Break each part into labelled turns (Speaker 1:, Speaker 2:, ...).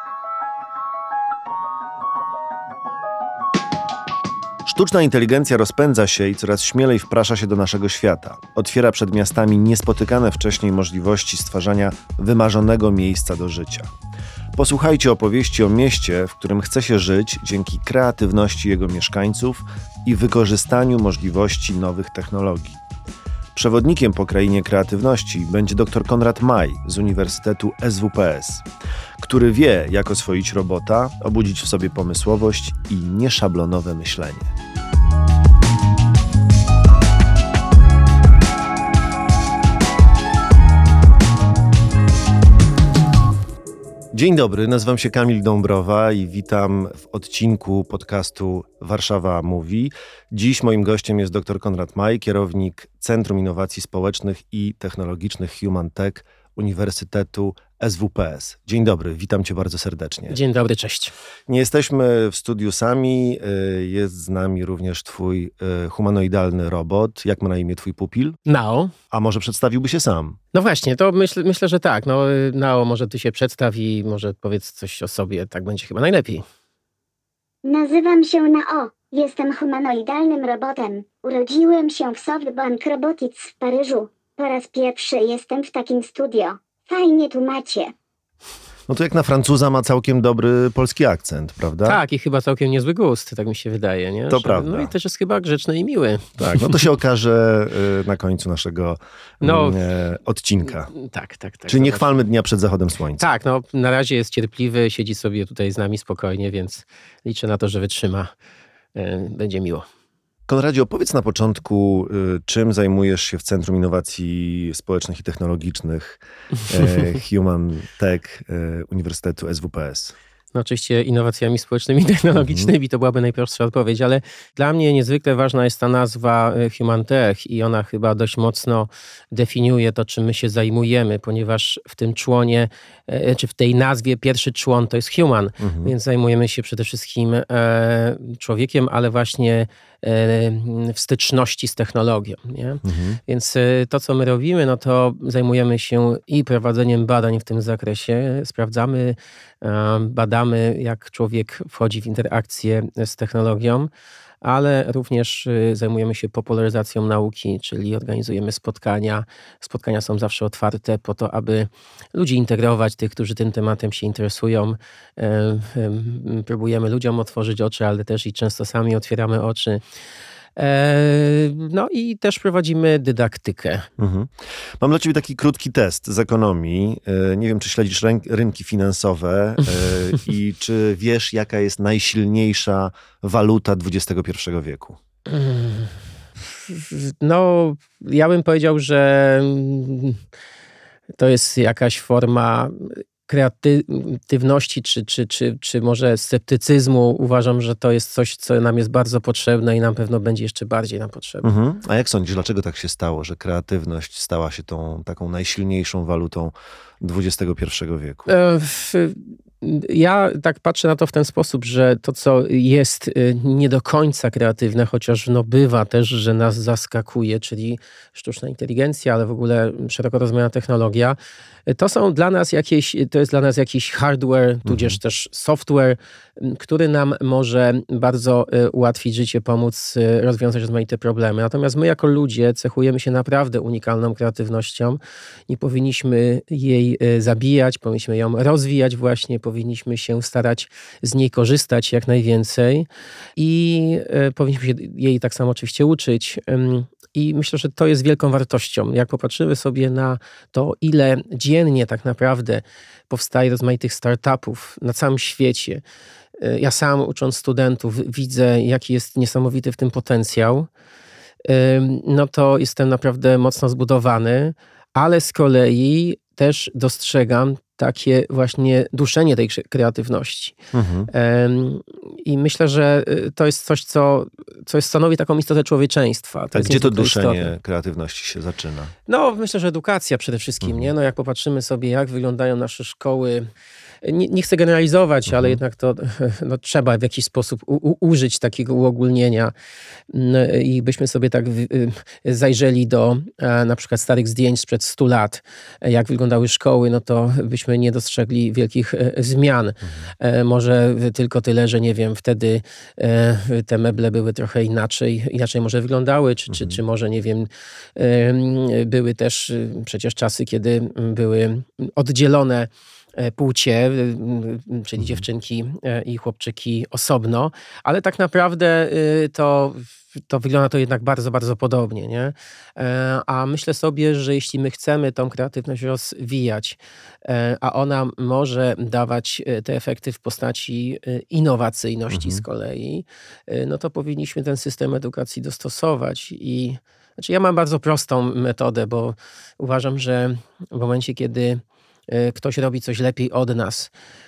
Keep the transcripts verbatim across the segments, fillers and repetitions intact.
Speaker 1: Sztuczna inteligencja rozpędza się i coraz śmielej wprasza się do naszego świata. Otwiera przed miastami niespotykane wcześniej możliwości stwarzania wymarzonego miejsca do życia. Posłuchajcie opowieści o mieście, w którym chce się żyć dzięki kreatywności jego mieszkańców i wykorzystaniu możliwości nowych technologii. Przewodnikiem po krainie kreatywności będzie dr Konrad Maj z Uniwersytetu S W P S, który wie, jak oswoić robota, obudzić w sobie pomysłowość i nieszablonowe myślenie. Dzień dobry, nazywam się Kamil Dąbrowa i witam w odcinku podcastu Warszawa Mówi. Dziś moim gościem jest dr Konrad Maj, kierownik Centrum Innowacji Społecznych i Technologicznych Human Tech Uniwersytetu S W P S. Dzień dobry, witam cię bardzo serdecznie.
Speaker 2: Dzień dobry, cześć.
Speaker 1: Nie jesteśmy w studiu sami, jest z nami również twój humanoidalny robot. Jak ma na imię twój pupil?
Speaker 2: Nao.
Speaker 1: A może przedstawiłby się sam?
Speaker 2: No właśnie, to myśl, myślę, że tak. No, Nao, może ty się przedstaw i może powiedz coś o sobie, tak będzie chyba najlepiej.
Speaker 3: Nazywam się Nao. Jestem humanoidalnym robotem. Urodziłem się w SoftBank Robotics w Paryżu. Po raz pierwszy jestem w takim studio. Fajnie tu macie.
Speaker 1: No to jak na Francuza ma całkiem dobry polski akcent, prawda?
Speaker 2: Tak, i chyba całkiem niezły gust, tak mi się wydaje, nie?
Speaker 1: To
Speaker 2: Że,
Speaker 1: prawda.
Speaker 2: No i też jest chyba grzeczny i miły.
Speaker 1: Tak, no to się okaże y, na końcu naszego
Speaker 2: No,
Speaker 1: y, odcinka.
Speaker 2: Tak, tak, tak.
Speaker 1: Czyli nie
Speaker 2: zobacz.
Speaker 1: chwalmy dnia przed zachodem słońca.
Speaker 2: Tak, no na razie jest cierpliwy, siedzi sobie tutaj z nami spokojnie, więc liczę na to, że wytrzyma. Y, będzie miło.
Speaker 1: Konradzie, opowiedz na początku, y, czym zajmujesz się w Centrum Innowacji Społecznych i Technologicznych y, Human Tech y, Uniwersytetu S W P S.
Speaker 2: No oczywiście innowacjami społecznymi i technologicznymi, to byłaby najprostsza odpowiedź, ale dla mnie niezwykle ważna jest ta nazwa Human Tech i ona chyba dość mocno definiuje to, czym my się zajmujemy, ponieważ w tym członie, czy w tej nazwie pierwszy człon to jest human,
Speaker 1: Mhm.
Speaker 2: więc zajmujemy się przede wszystkim e, człowiekiem, ale właśnie e, w styczności z technologią, nie?
Speaker 1: Mhm.
Speaker 2: Więc e, to, co my robimy, no to zajmujemy się i prowadzeniem badań w tym zakresie, sprawdzamy, e, badamy, jak człowiek wchodzi w interakcję z technologią, ale również zajmujemy się popularyzacją nauki, czyli organizujemy spotkania. Spotkania są zawsze otwarte po to, aby ludzi integrować, tych, którzy tym tematem się interesują. Próbujemy ludziom otworzyć oczy, ale też i często sami otwieramy oczy. No i też prowadzimy dydaktykę.
Speaker 1: Mhm. Mam dla ciebie taki krótki test z ekonomii. Nie wiem, czy śledzisz ryn- rynki finansowe i czy wiesz, jaka jest najsilniejsza waluta dwudziestego pierwszego wieku?
Speaker 2: No, ja bym powiedział, że to jest jakaś forma kreatywności, czy, czy, czy, czy może sceptycyzmu. Uważam, że to jest coś, co nam jest bardzo potrzebne i na pewno będzie jeszcze bardziej nam potrzebne.
Speaker 1: Mhm. A jak sądzisz, dlaczego tak się stało, że kreatywność stała się tą taką najsilniejszą walutą dwudziestego pierwszego wieku?
Speaker 2: E, w, Ja tak patrzę na to w ten sposób, że to, co jest nie do końca kreatywne, chociaż no bywa też, że nas zaskakuje, czyli sztuczna inteligencja, ale w ogóle szeroko rozumiana technologia, to są dla nas jakieś, to jest dla nas jakiś hardware, tudzież mhm. też software, który nam może bardzo ułatwić życie, pomóc rozwiązać rozmaite problemy. Natomiast my jako ludzie cechujemy się naprawdę unikalną kreatywnością. Nie powinniśmy jej zabijać, powinniśmy ją rozwijać właśnie, powinniśmy się starać z niej korzystać jak najwięcej i powinniśmy się jej tak samo oczywiście uczyć. I myślę, że to jest wielką wartością. Jak popatrzymy sobie na to, ile dziennie tak naprawdę powstaje rozmaitych startupów na całym świecie. Ja sam, ucząc studentów, widzę, jaki jest niesamowity w tym potencjał. No to jestem naprawdę mocno zbudowany, ale z kolei też dostrzegam takie właśnie duszenie tej kreatywności. Mhm. I myślę, że to jest coś, co, co stanowi taką istotę człowieczeństwa. To
Speaker 1: A gdzie to duszenie
Speaker 2: istotne.
Speaker 1: kreatywności się zaczyna?
Speaker 2: No, myślę, że edukacja przede wszystkim, mhm. nie? No, jak popatrzymy sobie, jak wyglądają nasze szkoły, nie, nie chcę generalizować,
Speaker 1: Mhm.
Speaker 2: ale jednak to no, trzeba w jakiś sposób u, u, użyć takiego uogólnienia no, i byśmy sobie tak w, zajrzeli do e, na przykład starych zdjęć sprzed stu lat, e, jak wyglądały szkoły, no to byśmy nie dostrzegli wielkich e, zmian.
Speaker 1: Mhm.
Speaker 2: E, może tylko tyle, że nie wiem, wtedy e, te meble były trochę inaczej, inaczej może wyglądały, czy, czy,
Speaker 1: Mhm.
Speaker 2: czy może nie wiem, e, były też e, przecież czasy, kiedy były oddzielone e, płcie, e, czyli
Speaker 1: Mhm.
Speaker 2: dziewczynki e, i chłopczyki osobno, ale tak naprawdę e, to, to wygląda to jednak bardzo, bardzo podobnie, nie? E, A myślę sobie, że jeśli my chcemy tą kreatywność rozwijać, e, a ona może dawać e, te efekty w postaci e, innowacyjności
Speaker 1: Mhm.
Speaker 2: z kolei, e, no to powinniśmy ten system edukacji dostosować i znaczy ja mam bardzo prostą metodę, bo uważam, że w momencie, kiedy e, ktoś robi coś lepiej od nas,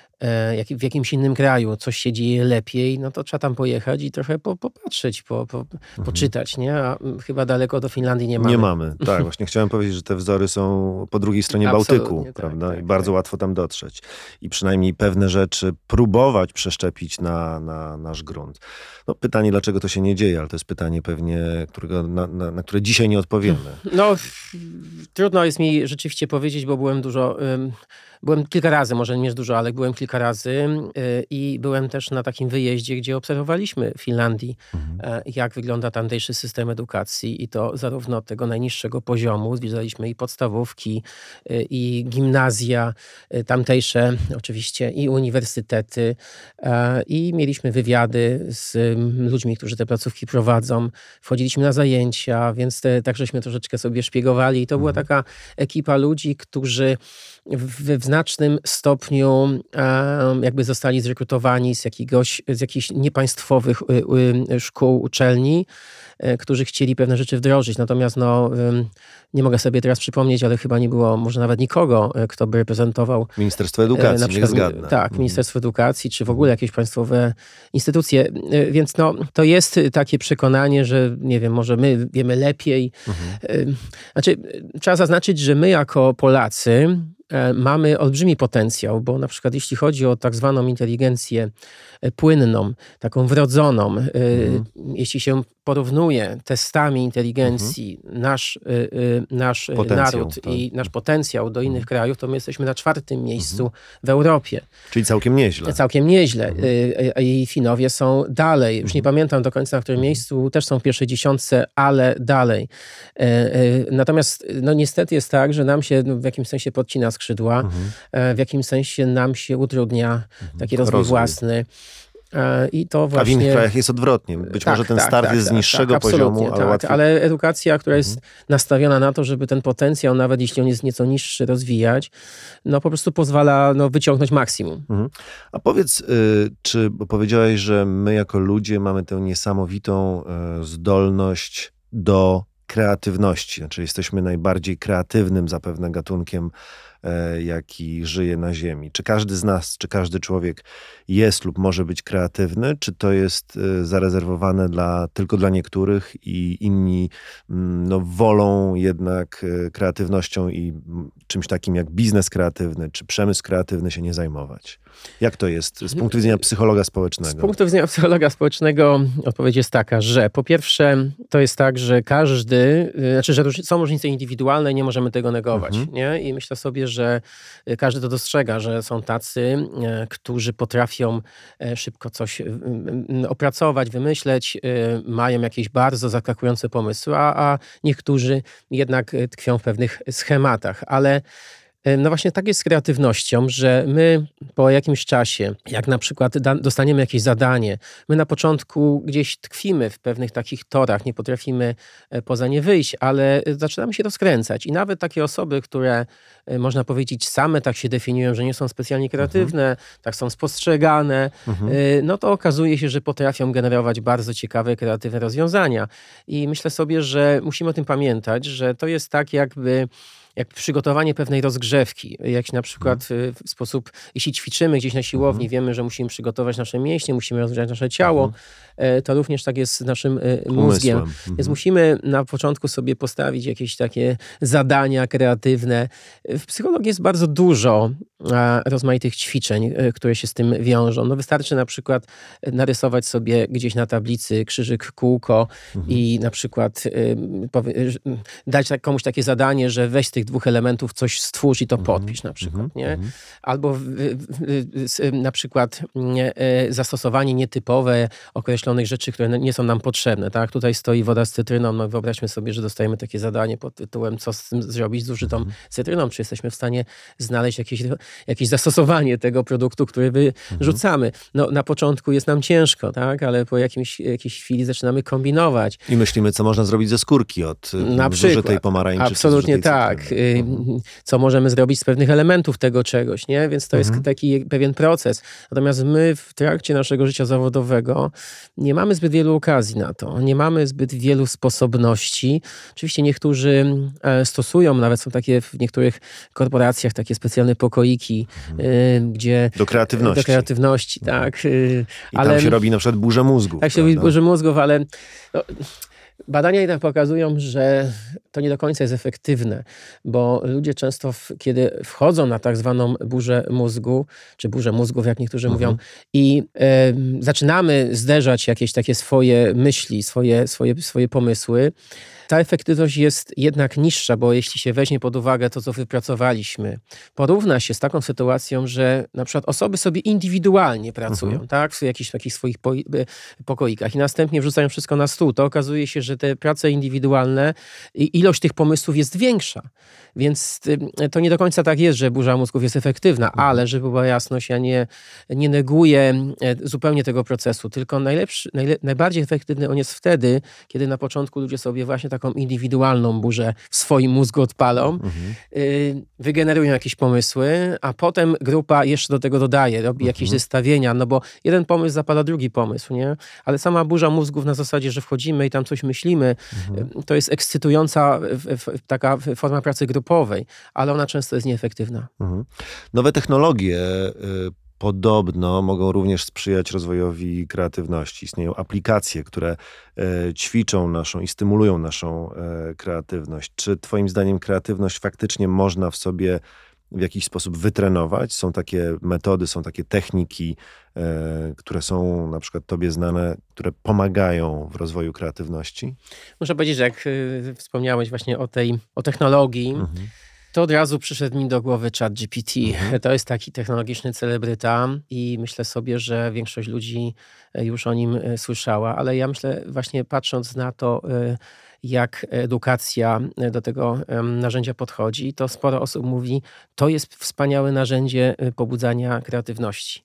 Speaker 2: e, jak, w jakimś innym kraju coś się dzieje lepiej, no to trzeba tam pojechać i trochę po, popatrzeć, po, po, poczytać, nie? A mm, chyba daleko do Finlandii nie mamy.
Speaker 1: Nie mamy. Tak, właśnie chciałem powiedzieć, że te wzory są po drugiej stronie
Speaker 2: Absolutnie,
Speaker 1: Bałtyku,
Speaker 2: tak,
Speaker 1: prawda?
Speaker 2: tak,
Speaker 1: I bardzo
Speaker 2: tak.
Speaker 1: łatwo tam dotrzeć. I przynajmniej pewne rzeczy próbować przeszczepić na, na nasz grunt. No, pytanie, dlaczego to się nie dzieje, ale to jest pytanie pewnie, którego, na, na, na które dzisiaj nie odpowiemy.
Speaker 2: No, f- trudno jest mi rzeczywiście powiedzieć, bo byłem dużo, ym, byłem kilka razy, może nie dużo, ale byłem kilka razy y, i byłem też na takim wyjeździe, gdzie obserwowaliśmy w Finlandii,
Speaker 1: Mhm.
Speaker 2: e, jak wygląda tamtejszy system edukacji i to zarówno od tego najniższego poziomu, zwiedzaliśmy i podstawówki, y, i gimnazja y, tamtejsze, oczywiście i uniwersytety e, i mieliśmy wywiady z ym, ludźmi, którzy te placówki prowadzą, wchodziliśmy na zajęcia, więc te, tak żeśmy troszeczkę sobie szpiegowali i to była
Speaker 1: Mhm.
Speaker 2: taka ekipa ludzi, którzy w, w znacznym stopniu em, jakby zostali zrekrutowani z jakiegoś, z jakichś niepaństwowych y, y, szkół, uczelni, e, którzy chcieli pewne rzeczy wdrożyć. Natomiast no, ym, nie mogę sobie teraz przypomnieć, ale chyba nie było może nawet nikogo, e, kto by reprezentował
Speaker 1: Ministerstwo
Speaker 2: e,
Speaker 1: Edukacji,
Speaker 2: na
Speaker 1: niech
Speaker 2: przykład,
Speaker 1: zgadnę.
Speaker 2: tak,
Speaker 1: Mhm.
Speaker 2: Ministerstwo Edukacji, czy w ogóle jakieś państwowe instytucje. E, Więc no, to jest takie przekonanie, że nie wiem, może my wiemy lepiej.
Speaker 1: Mhm.
Speaker 2: E, Znaczy, e, trzeba zaznaczyć, że my jako Polacy e, mamy olbrzymi potencjał, bo na przykład jeśli chodzi o tak zwaną inteligencję e, płynną, taką wrodzoną, e,
Speaker 1: Mhm.
Speaker 2: jeśli się porównuje testami inteligencji nasz, e, e, nasz e,
Speaker 1: Potencjał,
Speaker 2: naród
Speaker 1: tak.
Speaker 2: i nasz potencjał do innych krajów, to my jesteśmy na czwartym miejscu
Speaker 1: Mhm.
Speaker 2: w Europie.
Speaker 1: Czyli całkiem nieźle.
Speaker 2: Całkiem nieźle.
Speaker 1: Mhm.
Speaker 2: Y, y, I Finowie są dalej. Już nie
Speaker 1: Mhm.
Speaker 2: pamiętam do końca, na którym miejscu. Też są w pierwszej dziesiątce, ale dalej. Y, y, Natomiast no niestety jest tak, że nam się no, w jakimś sensie podcina skrzydła.
Speaker 1: Mhm.
Speaker 2: e, W jakimś sensie nam się utrudnia taki rozwój,
Speaker 1: Rozwój.
Speaker 2: własny. E, I to
Speaker 1: A w
Speaker 2: właśnie...
Speaker 1: innych krajach jest odwrotnie. Być
Speaker 2: Tak,
Speaker 1: może ten
Speaker 2: tak,
Speaker 1: start
Speaker 2: tak,
Speaker 1: jest z
Speaker 2: tak,
Speaker 1: niższego
Speaker 2: tak,
Speaker 1: poziomu,
Speaker 2: absolutnie,
Speaker 1: ale
Speaker 2: tak,
Speaker 1: łatwiej.
Speaker 2: ale edukacja, która jest nastawiona na to, żeby ten potencjał, nawet jeśli on jest nieco niższy, rozwijać, no po prostu pozwala no, wyciągnąć maksimum.
Speaker 1: Mhm. A powiedz, y, czy bo powiedziałeś, że my jako ludzie mamy tę niesamowitą y, zdolność do kreatywności. Znaczy jesteśmy najbardziej kreatywnym zapewne gatunkiem, y, jaki żyje na Ziemi. Czy każdy z nas, czy każdy człowiek jest lub może być kreatywny, czy to jest y, zarezerwowane dla, tylko dla niektórych i inni mm, no, wolą jednak y, kreatywnością i mm, czymś takim jak biznes kreatywny, czy przemysł kreatywny się nie zajmować? Jak to jest z punktu widzenia psychologa społecznego?
Speaker 2: Z punktu widzenia psychologa społecznego odpowiedź jest taka, że po pierwsze to jest tak, że każdy, y, znaczy, że róż- są różnice indywidualne i nie możemy tego negować.
Speaker 1: Mhm.
Speaker 2: Nie? I myślę sobie, że y, każdy to dostrzega, że są tacy, y, którzy potrafią y, szybko coś y, y, opracować, wymyśleć, y, mają jakieś bardzo zaskakujące pomysły, a, a niektórzy jednak y, tkwią w pewnych schematach. Ale no właśnie tak jest z kreatywnością, że my po jakimś czasie, jak na przykład da- dostaniemy jakieś zadanie, my na początku gdzieś tkwimy w pewnych takich torach, nie potrafimy e, poza nie wyjść, ale e, zaczynamy się rozkręcać. I nawet takie osoby, które e, można powiedzieć same tak się definiują, że nie są specjalnie kreatywne, tak są spostrzegane,
Speaker 1: Mhm.
Speaker 2: e, no to okazuje się, że potrafią generować bardzo ciekawe, kreatywne rozwiązania. I myślę sobie, że musimy o tym pamiętać, że to jest tak jakby jak przygotowanie pewnej rozgrzewki, jak na przykład mhm. w sposób, jeśli ćwiczymy gdzieś na siłowni, mhm. wiemy, że musimy przygotować nasze mięśnie, musimy rozgrzać nasze ciało, mhm. to również tak jest z naszym mózgiem. Mhm. Więc musimy na początku sobie postawić jakieś takie zadania kreatywne. W psychologii jest bardzo dużo rozmaitych ćwiczeń, które się z tym wiążą. No wystarczy na przykład narysować sobie gdzieś na tablicy krzyżyk, kółko mhm. i na przykład y, powie, dać komuś takie zadanie, że weź z tych dwóch elementów coś stwórz i to mhm. podpisz na przykład. Mhm. Nie? Albo w, w, w, na przykład y, zastosowanie nietypowe określonych rzeczy, które nie są nam potrzebne. Tak? Tutaj stoi woda z cytryną. No wyobraźmy sobie, że dostajemy takie zadanie pod tytułem co z tym zrobić z zużytą mhm. cytryną. Czy jesteśmy w stanie znaleźć jakieś, jakieś zastosowanie tego produktu, który wyrzucamy. No na początku jest nam ciężko, tak? Ale po jakimś, jakiejś chwili zaczynamy kombinować.
Speaker 1: I myślimy, co można zrobić ze skórki od na zużytej pomarańczy.
Speaker 2: Absolutnie tak. Mhm. Co możemy zrobić z pewnych elementów tego czegoś, nie? Więc to mhm. jest taki pewien proces. Natomiast my w trakcie naszego życia zawodowego nie mamy zbyt wielu okazji na to. Nie mamy zbyt wielu sposobności. Oczywiście niektórzy stosują, nawet są takie w niektórych korporacjach takie specjalne pokoiki, mhm. gdzie...
Speaker 1: Do kreatywności.
Speaker 2: Do kreatywności, tak.
Speaker 1: I ale, tam się robi na przykład burza mózgów.
Speaker 2: Tak się robi burza mózgów, ale no, badania jednak pokazują, że to nie do końca jest efektywne, bo ludzie często, w, kiedy wchodzą na tak zwaną burzę mózgu, czy burzę mózgów, jak niektórzy mhm. mówią, i e, zaczynamy zderzać jakieś takie swoje myśli, swoje, swoje, swoje pomysły, ta efektywność jest jednak niższa, bo jeśli się weźmie pod uwagę to, co wypracowaliśmy, porówna się z taką sytuacją, że na przykład osoby sobie indywidualnie pracują, mhm. tak, w jakichś takich swoich po, pokoikach i następnie wrzucają wszystko na stół, to okazuje się, że te prace indywidualne, ilość tych pomysłów jest większa. Więc to nie do końca tak jest, że burza mózgów jest efektywna, mhm. ale żeby była jasność, ja nie, nie neguję zupełnie tego procesu, tylko najlepszy, najle, najbardziej efektywny on jest wtedy, kiedy na początku ludzie sobie właśnie taką indywidualną burzę w swoim mózgu odpalą, mhm. y, wygenerują jakieś pomysły, a potem grupa jeszcze do tego dodaje, robi mhm. jakieś zestawienia, no bo jeden pomysł zapala drugi pomysł, nie? Ale sama burza mózgów na zasadzie, że wchodzimy i tam coś myślimy, mhm. to jest ekscytująca w, w, taka forma pracy grupowej, ale ona często jest nieefektywna.
Speaker 1: Mhm. Nowe technologie y podobno mogą również sprzyjać rozwojowi kreatywności. Istnieją aplikacje, które e, ćwiczą naszą i stymulują naszą e, kreatywność. Czy twoim zdaniem kreatywność faktycznie można w sobie w jakiś sposób wytrenować? Są takie metody, są takie techniki, e, które są na przykład tobie znane, które pomagają w rozwoju kreatywności?
Speaker 2: Muszę powiedzieć, że jak y, wspomniałeś właśnie o tej, o technologii, mhm. to od razu przyszedł mi do głowy ChatGPT. Mhm. To jest taki technologiczny celebryta i myślę sobie, że większość ludzi już o nim słyszała, ale ja myślę właśnie patrząc na to, jak edukacja do tego narzędzia podchodzi, to sporo osób mówi, to jest wspaniałe narzędzie pobudzania kreatywności.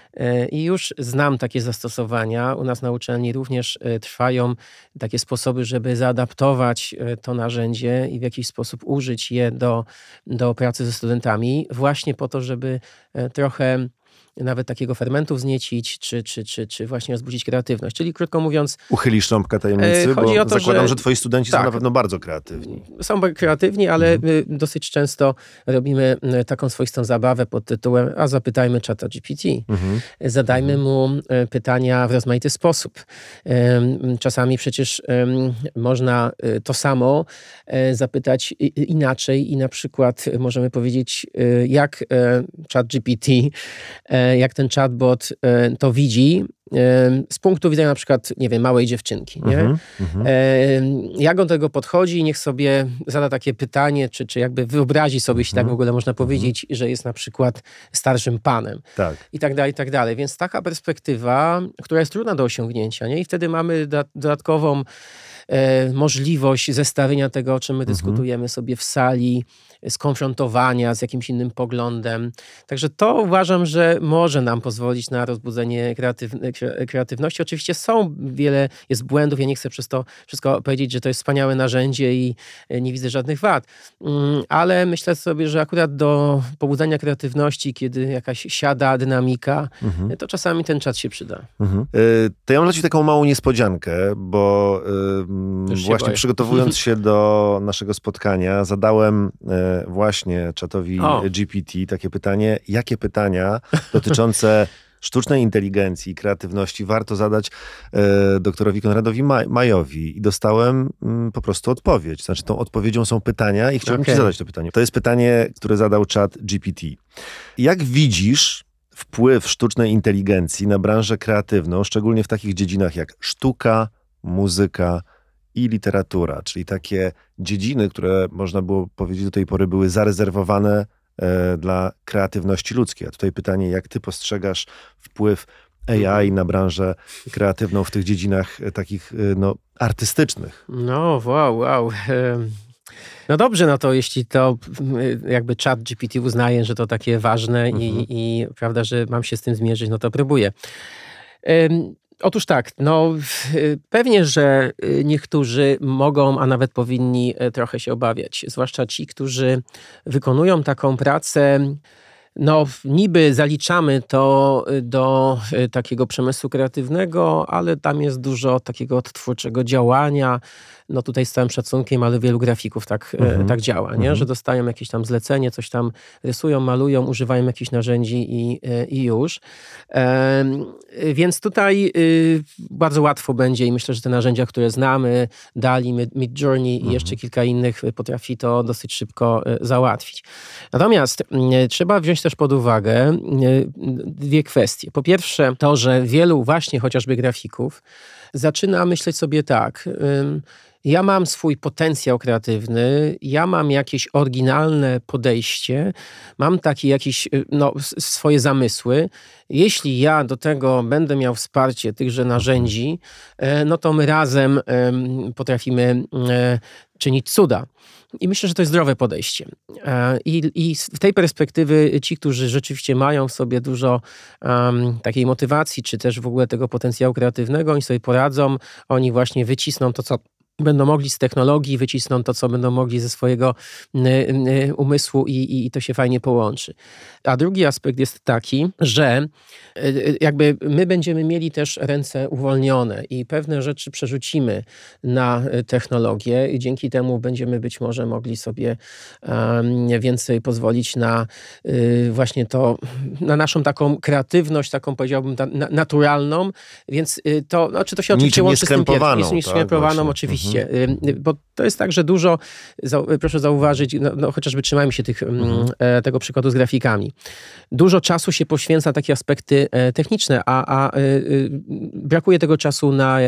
Speaker 2: I już znam takie zastosowania. U nas na uczelni również trwają takie sposoby, żeby zaadaptować to narzędzie i w jakiś sposób użyć je do, do pracy ze studentami, właśnie po to, żeby trochę nawet takiego fermentu wzniecić, czy, czy, czy, czy właśnie rozbudzić kreatywność. Czyli krótko mówiąc...
Speaker 1: Uchylisz rąbka tajemnicy, bo to, zakładam, że, że twoi studenci tak, są na pewno bardzo kreatywni.
Speaker 2: Są kreatywni, ale mhm. dosyć często robimy taką swoistą zabawę pod tytułem a zapytajmy ChatGPT. Mhm. Zadajmy mhm. mu pytania w rozmaity sposób. Czasami przecież można to samo zapytać inaczej i na przykład możemy powiedzieć, jak ChatGPT jak ten chatbot to widzi z punktu widzenia na przykład, nie wiem, małej dziewczynki. Nie? Mm-hmm, mm-hmm. Jak on do tego podchodzi, niech sobie zada takie pytanie, czy, czy jakby wyobrazi sobie, jeśli mm-hmm. tak w ogóle można powiedzieć, mm-hmm. że jest na przykład starszym panem. Tak. I tak dalej, i tak dalej. Więc taka perspektywa, która jest trudna do osiągnięcia, nie? I wtedy mamy da- dodatkową e, możliwość zestawienia tego, o czym my mm-hmm. dyskutujemy sobie w sali, skonfrontowania z jakimś innym poglądem. Także to uważam, że może nam pozwolić na rozbudzenie kreatywne, kreatywności. Oczywiście są wiele, jest błędów, ja nie chcę przez to wszystko powiedzieć, że to jest wspaniałe narzędzie i nie widzę żadnych wad, ale myślę sobie, że akurat do pobudzania kreatywności, kiedy jakaś siada dynamika, mhm. to czasami ten czat się przyda.
Speaker 1: Mhm. To ja mam dla ciebie taką małą niespodziankę, bo właśnie boję. przygotowując się do naszego spotkania, zadałem właśnie czatowi o. G P T takie pytanie, jakie pytania dotyczące sztucznej inteligencji, kreatywności warto zadać e, doktorowi Konradowi Maj- Majowi. I dostałem mm, po prostu odpowiedź. Znaczy tą odpowiedzią są pytania i chciałbym okay. ci zadać to pytanie. To jest pytanie, które zadał czat G P T. Jak widzisz wpływ sztucznej inteligencji na branżę kreatywną, szczególnie w takich dziedzinach jak sztuka, muzyka i literatura, czyli takie dziedziny, które można było powiedzieć do tej pory były zarezerwowane dla kreatywności ludzkiej. A tutaj pytanie, jak ty postrzegasz wpływ A I na branżę kreatywną w tych dziedzinach takich no, artystycznych?
Speaker 2: No, wow, wow. No dobrze, no to jeśli to jakby czat G P T uznaje, że to takie ważne mhm. i, i prawda, że mam się z tym zmierzyć, no to próbuję. Otóż tak, no pewnie, że niektórzy mogą, a nawet powinni trochę się obawiać, zwłaszcza ci, którzy wykonują taką pracę, no niby zaliczamy to do takiego przemysłu kreatywnego, ale tam jest dużo takiego odtwórczego działania. No tutaj z całym szacunkiem, ale wielu grafików tak, mhm. tak działa, nie? Mhm. Że dostają jakieś tam zlecenie, coś tam rysują, malują, używają jakichś narzędzi i, i już. E, więc tutaj y, bardzo łatwo będzie i myślę, że te narzędzia, które znamy, Dali, Midjourney mhm. i jeszcze kilka innych potrafi to dosyć szybko y, załatwić. Natomiast y, trzeba wziąć też pod uwagę y, dwie kwestie. Po pierwsze to, że wielu właśnie chociażby grafików zaczyna myśleć sobie tak, y, ja mam swój potencjał kreatywny, ja mam jakieś oryginalne podejście, mam takie jakieś no, swoje zamysły. Jeśli ja do tego będę miał wsparcie tychże narzędzi, no to my razem potrafimy czynić cuda. I myślę, że to jest zdrowe podejście. I, i z tej perspektywy ci, którzy rzeczywiście mają w sobie dużo um, takiej motywacji, czy też w ogóle tego potencjału kreatywnego, oni sobie poradzą, oni właśnie wycisną to, co będą mogli z technologii, wycisną to, co będą mogli ze swojego y, y, umysłu i, i to się fajnie połączy. A drugi aspekt jest taki, że y, jakby my będziemy mieli też ręce uwolnione i pewne rzeczy przerzucimy na technologię i dzięki temu będziemy być może mogli sobie um, więcej pozwolić na y, właśnie to, na naszą taką kreatywność, taką powiedziałbym na, naturalną, więc y, to, no, czy to się oczywiście łączy z tym pierwszym, nieskrępowaną, tak, oczywiście. Mhm. Bo to jest tak, że dużo, proszę zauważyć, no, no chociażby trzymajmy się tych, mhm. tego przykładu z grafikami. Dużo czasu się poświęca takie aspekty techniczne, a, a brakuje tego czasu na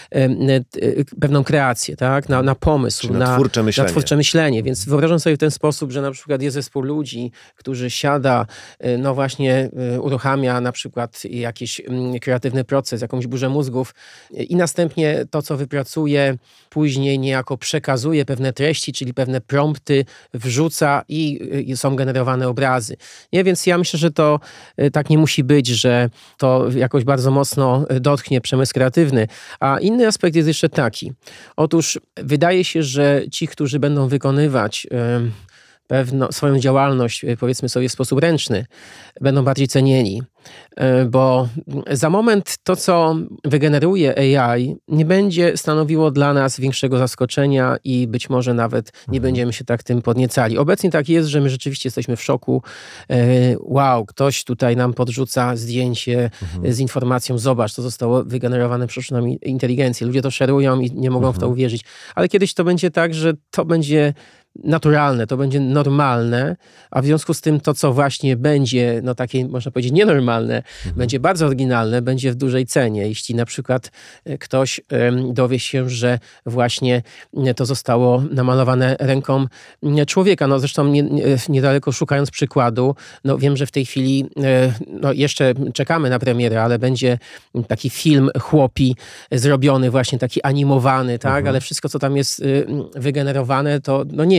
Speaker 2: pewną kreację, tak? na, na pomysł,
Speaker 1: na, na, twórcze myślenie.
Speaker 2: na twórcze myślenie. Więc wyobrażam sobie w ten sposób, że na przykład jest zespół ludzi, którzy siada, no właśnie uruchamia na przykład jakiś kreatywny proces, jakąś burzę mózgów i następnie to, co wypracuje, później niejako przekazuje pewne treści, czyli pewne prompty, wrzuca i, i są generowane obrazy. Nie? Więc ja myślę, że to tak nie musi być, że to jakoś bardzo mocno dotknie przemysł kreatywny. A inny aspekt jest jeszcze taki. Otóż wydaje się, że ci, którzy będą wykonywać yy, pewną swoją działalność, powiedzmy sobie w sposób ręczny, będą bardziej cenieni. Bo za moment to, co wygeneruje A I, nie będzie stanowiło dla nas większego zaskoczenia i być może nawet nie będziemy się tak tym podniecali. Obecnie tak jest, że my rzeczywiście jesteśmy w szoku. Wow, ktoś tutaj nam podrzuca zdjęcie mhm. z informacją, zobacz, to zostało wygenerowane przez sztuczną inteligencję. Ludzie to szerują i nie mogą mhm. w to uwierzyć. Ale kiedyś to będzie tak, że to będzie naturalne, to będzie normalne, a w związku z tym to, co właśnie będzie, no takie można powiedzieć nienormalne, mhm. będzie bardzo oryginalne, będzie w dużej cenie. Jeśli na przykład ktoś um, dowie się, że właśnie to zostało namalowane ręką człowieka. No zresztą nie, nie, niedaleko szukając przykładu, no wiem, że w tej chwili no jeszcze czekamy na premierę, ale będzie taki film chłopi zrobiony, właśnie taki animowany, tak? Mhm. Ale wszystko, co tam jest wygenerowane, to no nie jest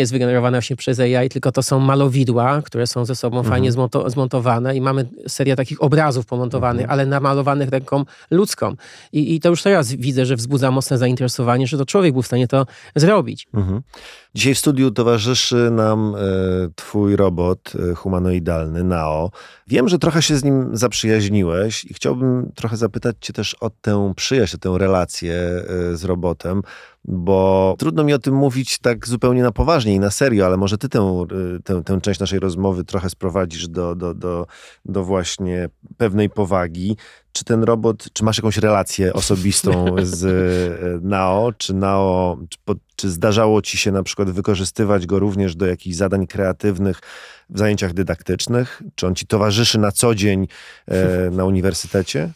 Speaker 2: jest wygenerowane właśnie przez A I, tylko to są malowidła, które są ze sobą mhm. fajnie zmonto- zmontowane i mamy serię takich obrazów pomontowanych, mhm. ale namalowanych ręką ludzką. I, I to już teraz widzę, że wzbudza mocne zainteresowanie, że to człowiek był w stanie to zrobić.
Speaker 1: Mhm. Dzisiaj w studiu towarzyszy nam e, twój robot e, humanoidalny, Nao. Wiem, że trochę się z nim zaprzyjaźniłeś i chciałbym trochę zapytać cię też o tę przyjaźń, o tę relację e, z robotem, bo trudno mi o tym mówić tak zupełnie na poważnie i na serio, ale może ty tę, tę, tę część naszej rozmowy trochę sprowadzisz do, do, do, do właśnie pewnej powagi. Czy ten robot, czy masz jakąś relację osobistą z Nao? Czy Nao, czy, po, czy zdarzało ci się na przykład wykorzystywać go również do jakichś zadań kreatywnych w zajęciach dydaktycznych? Czy on ci towarzyszy na co dzień e, na uniwersytecie?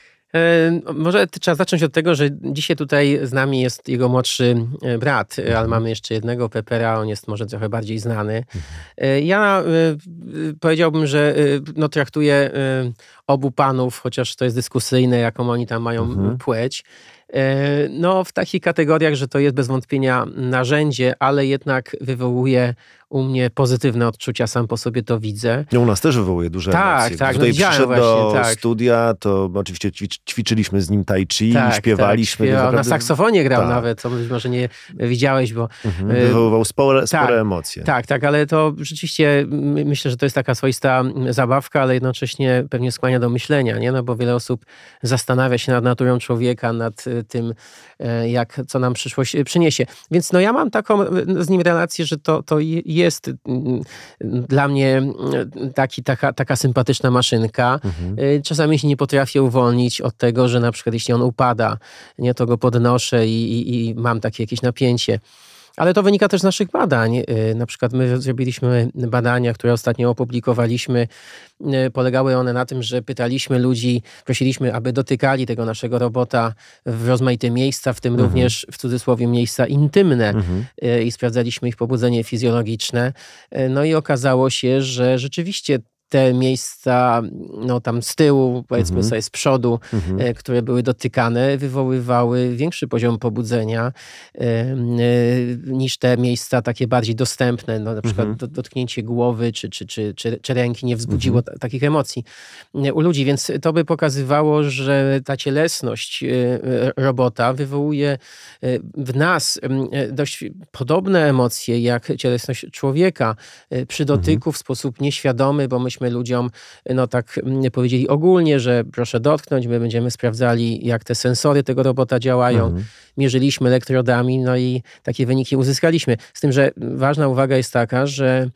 Speaker 2: Może trzeba zacząć od tego, że dzisiaj tutaj z nami jest jego młodszy brat, mhm. ale mamy jeszcze jednego, Pepera, on jest może trochę bardziej znany. Mhm. Ja powiedziałbym, że no, traktuję obu panów, chociaż to jest dyskusyjne, jaką oni tam mają mhm. płeć, no w takich kategoriach, że to jest bez wątpienia narzędzie, ale jednak wywołuje u mnie pozytywne odczucia, sam po sobie to widzę.
Speaker 1: No u nas też wywołuje duże
Speaker 2: tak,
Speaker 1: emocje.
Speaker 2: Tak,
Speaker 1: tutaj
Speaker 2: no
Speaker 1: przyszedł
Speaker 2: właśnie,
Speaker 1: do
Speaker 2: tak.
Speaker 1: studia, to oczywiście ćwicz, ćwiczyliśmy z nim tai chi
Speaker 2: tak,
Speaker 1: i śpiewaliśmy.
Speaker 2: Tak, śpiewał,
Speaker 1: naprawdę...
Speaker 2: Na saksofonie grał tak. nawet, co być może nie widziałeś, bo...
Speaker 1: Mhm, wywoływał spore, spore
Speaker 2: tak,
Speaker 1: emocje.
Speaker 2: Tak, tak, ale to rzeczywiście myślę, że to jest taka swoista zabawka, ale jednocześnie pewnie skłania do myślenia, nie? No bo wiele osób zastanawia się nad naturą człowieka, nad tym, jak, co nam przyszłość przyniesie. Więc no ja mam taką z nim relację, że to, to jest dla mnie taki, taka, taka sympatyczna maszynka. Mhm. Czasami się nie potrafię uwolnić od tego, że na przykład jeśli on upada, nie, to go podnoszę i, i, i mam takie jakieś napięcie. Ale to wynika też z naszych badań. Na przykład my zrobiliśmy badania, które ostatnio opublikowaliśmy. Polegały one na tym, że pytaliśmy ludzi, prosiliśmy, aby dotykali tego naszego robota w rozmaite miejsca, w tym mhm. również w cudzysłowie miejsca intymne mhm. i sprawdzaliśmy ich pobudzenie fizjologiczne. No i okazało się, że rzeczywiście te miejsca, no tam z tyłu, powiedzmy mhm. sobie z przodu, mhm. które były dotykane, wywoływały większy poziom pobudzenia niż te miejsca takie bardziej dostępne, no na przykład mhm. dotknięcie głowy czy, czy, czy, czy, czy ręki nie wzbudziło mhm. t- takich emocji u ludzi, więc to by pokazywało, że ta cielesność robota wywołuje w nas dość podobne emocje jak cielesność człowieka przy dotyku mhm. w sposób nieświadomy, bo myśmy ludziom no tak powiedzieli ogólnie, że proszę dotknąć, my będziemy sprawdzali, jak te sensory tego robota działają. Mhm. Mierzyliśmy elektrodami, no i takie wyniki uzyskaliśmy. Z tym, że ważna uwaga jest taka, że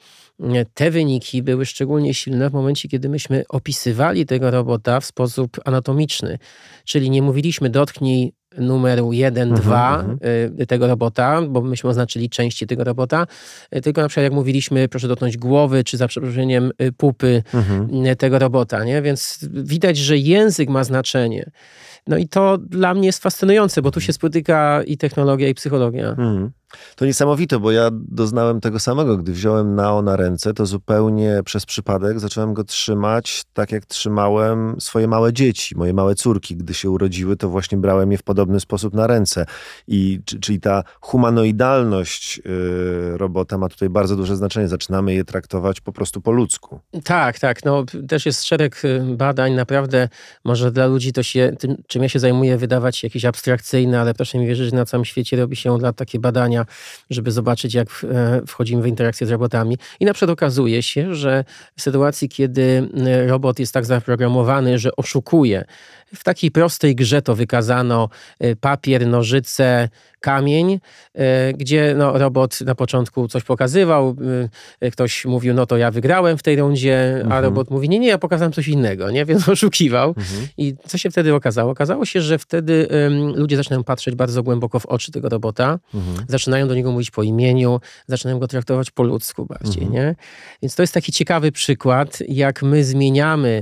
Speaker 2: te wyniki były szczególnie silne w momencie, kiedy myśmy opisywali tego robota w sposób anatomiczny. Czyli nie mówiliśmy dotknij numeru jeden, dwa uh-huh. tego robota, bo myśmy oznaczyli części tego robota, tylko na przykład jak mówiliśmy, proszę dotknąć głowy, czy za przeproszeniem pupy uh-huh. tego robota, nie? Więc widać, że język ma znaczenie. No i to dla mnie jest fascynujące, bo tu się spotyka i technologia, i psychologia. Mhm.
Speaker 1: To niesamowite, bo ja doznałem tego samego. Gdy wziąłem Nao na ręce, to zupełnie przez przypadek zacząłem go trzymać tak, jak trzymałem swoje małe dzieci, moje małe córki. Gdy się urodziły, to właśnie brałem je w podobny sposób na ręce. I, czyli ta humanoidalność yy, robota ma tutaj bardzo duże znaczenie. Zaczynamy je traktować po prostu po ludzku.
Speaker 2: Tak, tak. No, też jest szereg badań. Naprawdę może dla ludzi to się, tym, czym ja się zajmuję, wydawać się jakieś abstrakcyjne, ale proszę mi wierzyć, że na całym świecie robi się od lat takie badania, żeby zobaczyć, jak wchodzimy w interakcję z robotami. I na przykład okazuje się, że w sytuacji, kiedy robot jest tak zaprogramowany, że oszukuje, w takiej prostej grze to wykazano papier, nożyce, kamień, gdzie no, robot na początku coś pokazywał, ktoś mówił, no to ja wygrałem w tej rundzie, a mhm. robot mówi, nie, nie, ja pokazałem coś innego, nie? Więc oszukiwał. Mhm. I co się wtedy okazało? Okazało się, że wtedy um, ludzie zaczynają patrzeć bardzo głęboko w oczy tego robota, mhm. zaczynają do niego mówić po imieniu, zaczynają go traktować po ludzku bardziej, mhm. nie? Więc to jest taki ciekawy przykład, jak my zmieniamy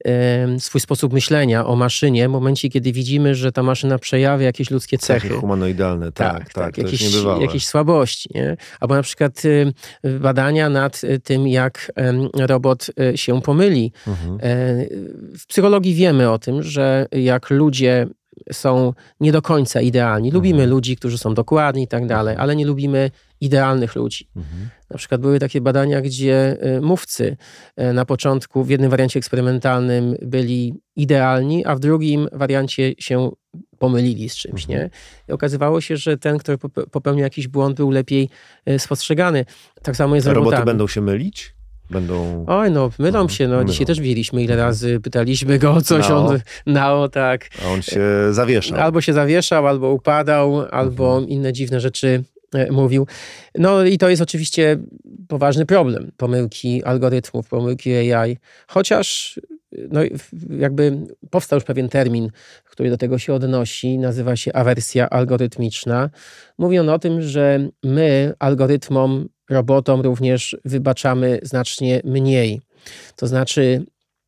Speaker 2: um, swój sposób myślenia o maszynie w momencie, kiedy widzimy, że ta maszyna przejawia jakieś ludzkie cechy.
Speaker 1: Cechy humanoidalne. Tak, tak, tak, tak, to
Speaker 2: jakieś,
Speaker 1: jest niebywałe.
Speaker 2: Jakieś słabości, nie? Albo na przykład y, badania nad y, tym, jak y, robot y, się pomyli. Mhm. Y, w psychologii wiemy o tym, że jak ludzie są nie do końca idealni. Lubimy mhm. ludzi, którzy są dokładni i tak dalej, ale nie lubimy idealnych ludzi.
Speaker 1: Mhm.
Speaker 2: Na przykład były takie badania, gdzie mówcy na początku w jednym wariancie eksperymentalnym byli idealni, a w drugim wariancie się pomylili z czymś,
Speaker 1: Mhm.
Speaker 2: nie? I okazywało się, że ten, który popełnił jakiś błąd, był lepiej spostrzegany. Tak samo jest z
Speaker 1: Roboty
Speaker 2: robotami.
Speaker 1: będą się mylić? Będą...
Speaker 2: Oj, no, mylą się. No,
Speaker 1: Mylą.
Speaker 2: dzisiaj też widzieliśmy, ile razy pytaliśmy go o coś,
Speaker 1: Nao.
Speaker 2: on nao, tak.
Speaker 1: A on się zawieszał.
Speaker 2: Albo się zawieszał, albo upadał, albo
Speaker 1: Mhm.
Speaker 2: inne dziwne rzeczy e, mówił. No i to jest oczywiście poważny problem. Pomyłki algorytmów, pomyłki A I. Chociaż no, jakby powstał już pewien termin, który do tego się odnosi. Nazywa się awersja algorytmiczna. Mówi on o tym, że my algorytmom, robotom również wybaczamy znacznie mniej. To znaczy,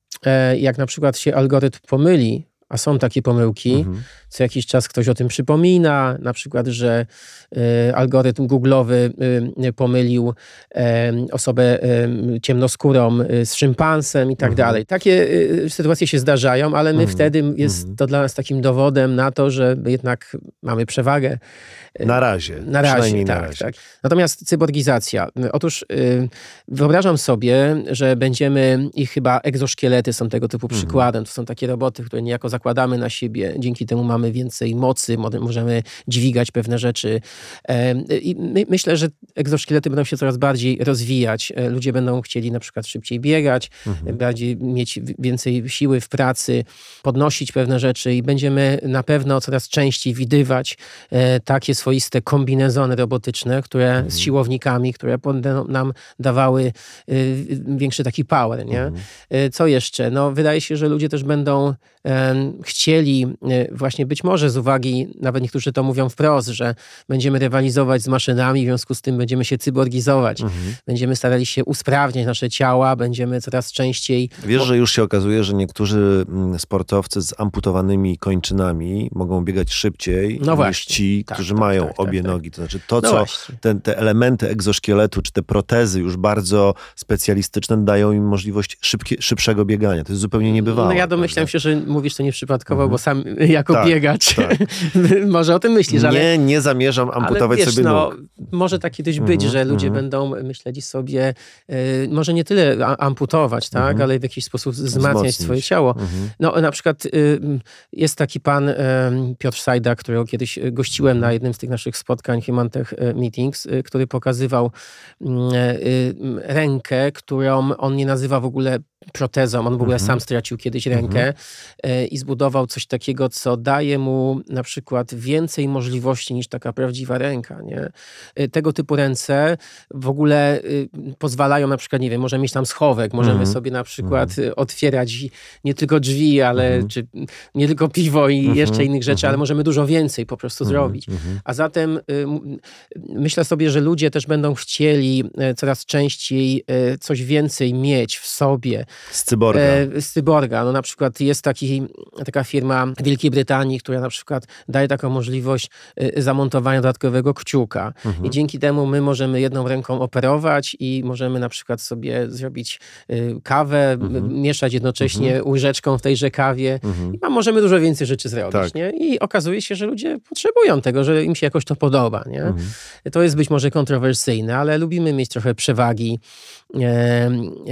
Speaker 2: e, jak na przykład się algorytm pomyli, a są takie pomyłki,
Speaker 1: Mhm.
Speaker 2: co jakiś czas ktoś o tym przypomina, na przykład, że y, algorytm googlowy y, pomylił y, osobę y, ciemnoskórą y, z szympansem i tak
Speaker 1: Mhm.
Speaker 2: dalej. Takie y, sytuacje się zdarzają, ale my
Speaker 1: Mhm.
Speaker 2: wtedy jest
Speaker 1: Mhm.
Speaker 2: to dla nas takim dowodem na to, że jednak mamy przewagę.
Speaker 1: Na razie.
Speaker 2: Na razie,
Speaker 1: Przynajmniej
Speaker 2: tak,
Speaker 1: na razie.
Speaker 2: tak. Natomiast cyborgizacja. Otóż y, wyobrażam sobie, że będziemy, i chyba egzoszkielety są tego typu
Speaker 1: Mhm.
Speaker 2: przykładem. To są takie roboty, które niejako zakładamy na siebie. Dzięki temu mamy więcej mocy, mo- możemy dźwigać pewne rzeczy. E, I my, myślę, że egzoszkielety będą się coraz bardziej rozwijać. E, Ludzie będą chcieli na przykład szybciej biegać,
Speaker 1: Mhm.
Speaker 2: bardziej mieć w- więcej siły w pracy, podnosić pewne rzeczy i będziemy na pewno coraz częściej widywać e, takie swoiste kombinezony robotyczne, które
Speaker 1: Mhm.
Speaker 2: z siłownikami, które będą nam dawały y, większy taki power, nie?
Speaker 1: Mhm.
Speaker 2: Y, Co jeszcze? No, wydaje się, że ludzie też będą em, chcieli y, właśnie być może z uwagi, nawet niektórzy to mówią wprost, że będziemy rywalizować z maszynami, w związku z tym będziemy się cyborgizować.
Speaker 1: Mhm.
Speaker 2: Będziemy starali się usprawniać nasze ciała, będziemy coraz częściej...
Speaker 1: Wiesz, że już się okazuje, że niektórzy mm, sportowcy z amputowanymi kończynami mogą biegać szybciej
Speaker 2: No
Speaker 1: niż
Speaker 2: właśnie.
Speaker 1: ci,
Speaker 2: Tak,
Speaker 1: którzy
Speaker 2: tak,
Speaker 1: mają
Speaker 2: tak, tak,
Speaker 1: obie
Speaker 2: tak.
Speaker 1: nogi. To znaczy to,
Speaker 2: No
Speaker 1: co
Speaker 2: właśnie.
Speaker 1: ten, te elementy egzoszkieletu, czy te protezy już bardzo specjalistyczne dają im możliwość szybkie, szybszego biegania. To jest zupełnie niebywałe.
Speaker 2: No ja domyślam
Speaker 1: prawda?
Speaker 2: się, że mówisz to nieprzypadkowo,
Speaker 1: Mhm.
Speaker 2: bo sam jako
Speaker 1: Tak,
Speaker 2: biegacz
Speaker 1: tak.
Speaker 2: może o tym myślisz, ale...
Speaker 1: Nie, nie zamierzam amputować
Speaker 2: Ale wiesz,
Speaker 1: sobie
Speaker 2: no,
Speaker 1: nóg.
Speaker 2: może tak kiedyś być,
Speaker 1: Mhm,
Speaker 2: że ludzie
Speaker 1: mhm.
Speaker 2: będą myśleli sobie, y, może nie tyle a- amputować, tak,
Speaker 1: Mhm.
Speaker 2: ale w jakiś sposób wzmacniać
Speaker 1: Wzmocnić.
Speaker 2: swoje ciało.
Speaker 1: Mhm.
Speaker 2: No na przykład y, jest taki pan y, Piotr Sajda, którego kiedyś gościłem na jednym z tych naszych spotkań Human Tech Meetings, y, który pokazywał y, y, rękę, którą on nie nazywa w ogóle protezą. On w ogóle
Speaker 1: Mhm.
Speaker 2: sam stracił kiedyś rękę y, i zbudował coś takiego, co daje mu na przykład więcej możliwości niż taka prawdziwa ręka, nie? Y, Tego typu ręce w ogóle y, pozwalają na przykład, nie wiem, możemy mieć tam schowek, możemy
Speaker 1: Mhm.
Speaker 2: sobie na przykład y, otwierać nie tylko drzwi, ale
Speaker 1: Mhm.
Speaker 2: czy nie tylko piwo i
Speaker 1: Mhm.
Speaker 2: jeszcze innych rzeczy,
Speaker 1: Mhm.
Speaker 2: ale możemy dużo więcej po prostu
Speaker 1: Mhm.
Speaker 2: zrobić.
Speaker 1: Mhm.
Speaker 2: A zatem y, m- myślę sobie, że ludzie też będą chcieli y, coraz częściej y, coś więcej mieć w sobie.
Speaker 1: Z cyborga.
Speaker 2: E, z cyborga. No na przykład jest taki, taka firma w Wielkiej Brytanii, która na przykład daje taką możliwość y, zamontowania dodatkowego kciuka.
Speaker 1: Mhm.
Speaker 2: I dzięki temu my możemy jedną ręką operować i możemy na przykład sobie zrobić y, kawę, m-
Speaker 1: Mhm.
Speaker 2: mieszać jednocześnie łyżeczką w tejże kawie.
Speaker 1: Mhm.
Speaker 2: I ma- możemy dużo więcej rzeczy zrobić.
Speaker 1: Tak.
Speaker 2: Nie? I okazuje się, że ludzie potrzebują tego, że im się jakoś to podoba. Nie?
Speaker 1: Mhm.
Speaker 2: To jest być może kontrowersyjne, ale lubimy mieć trochę przewagi e, e,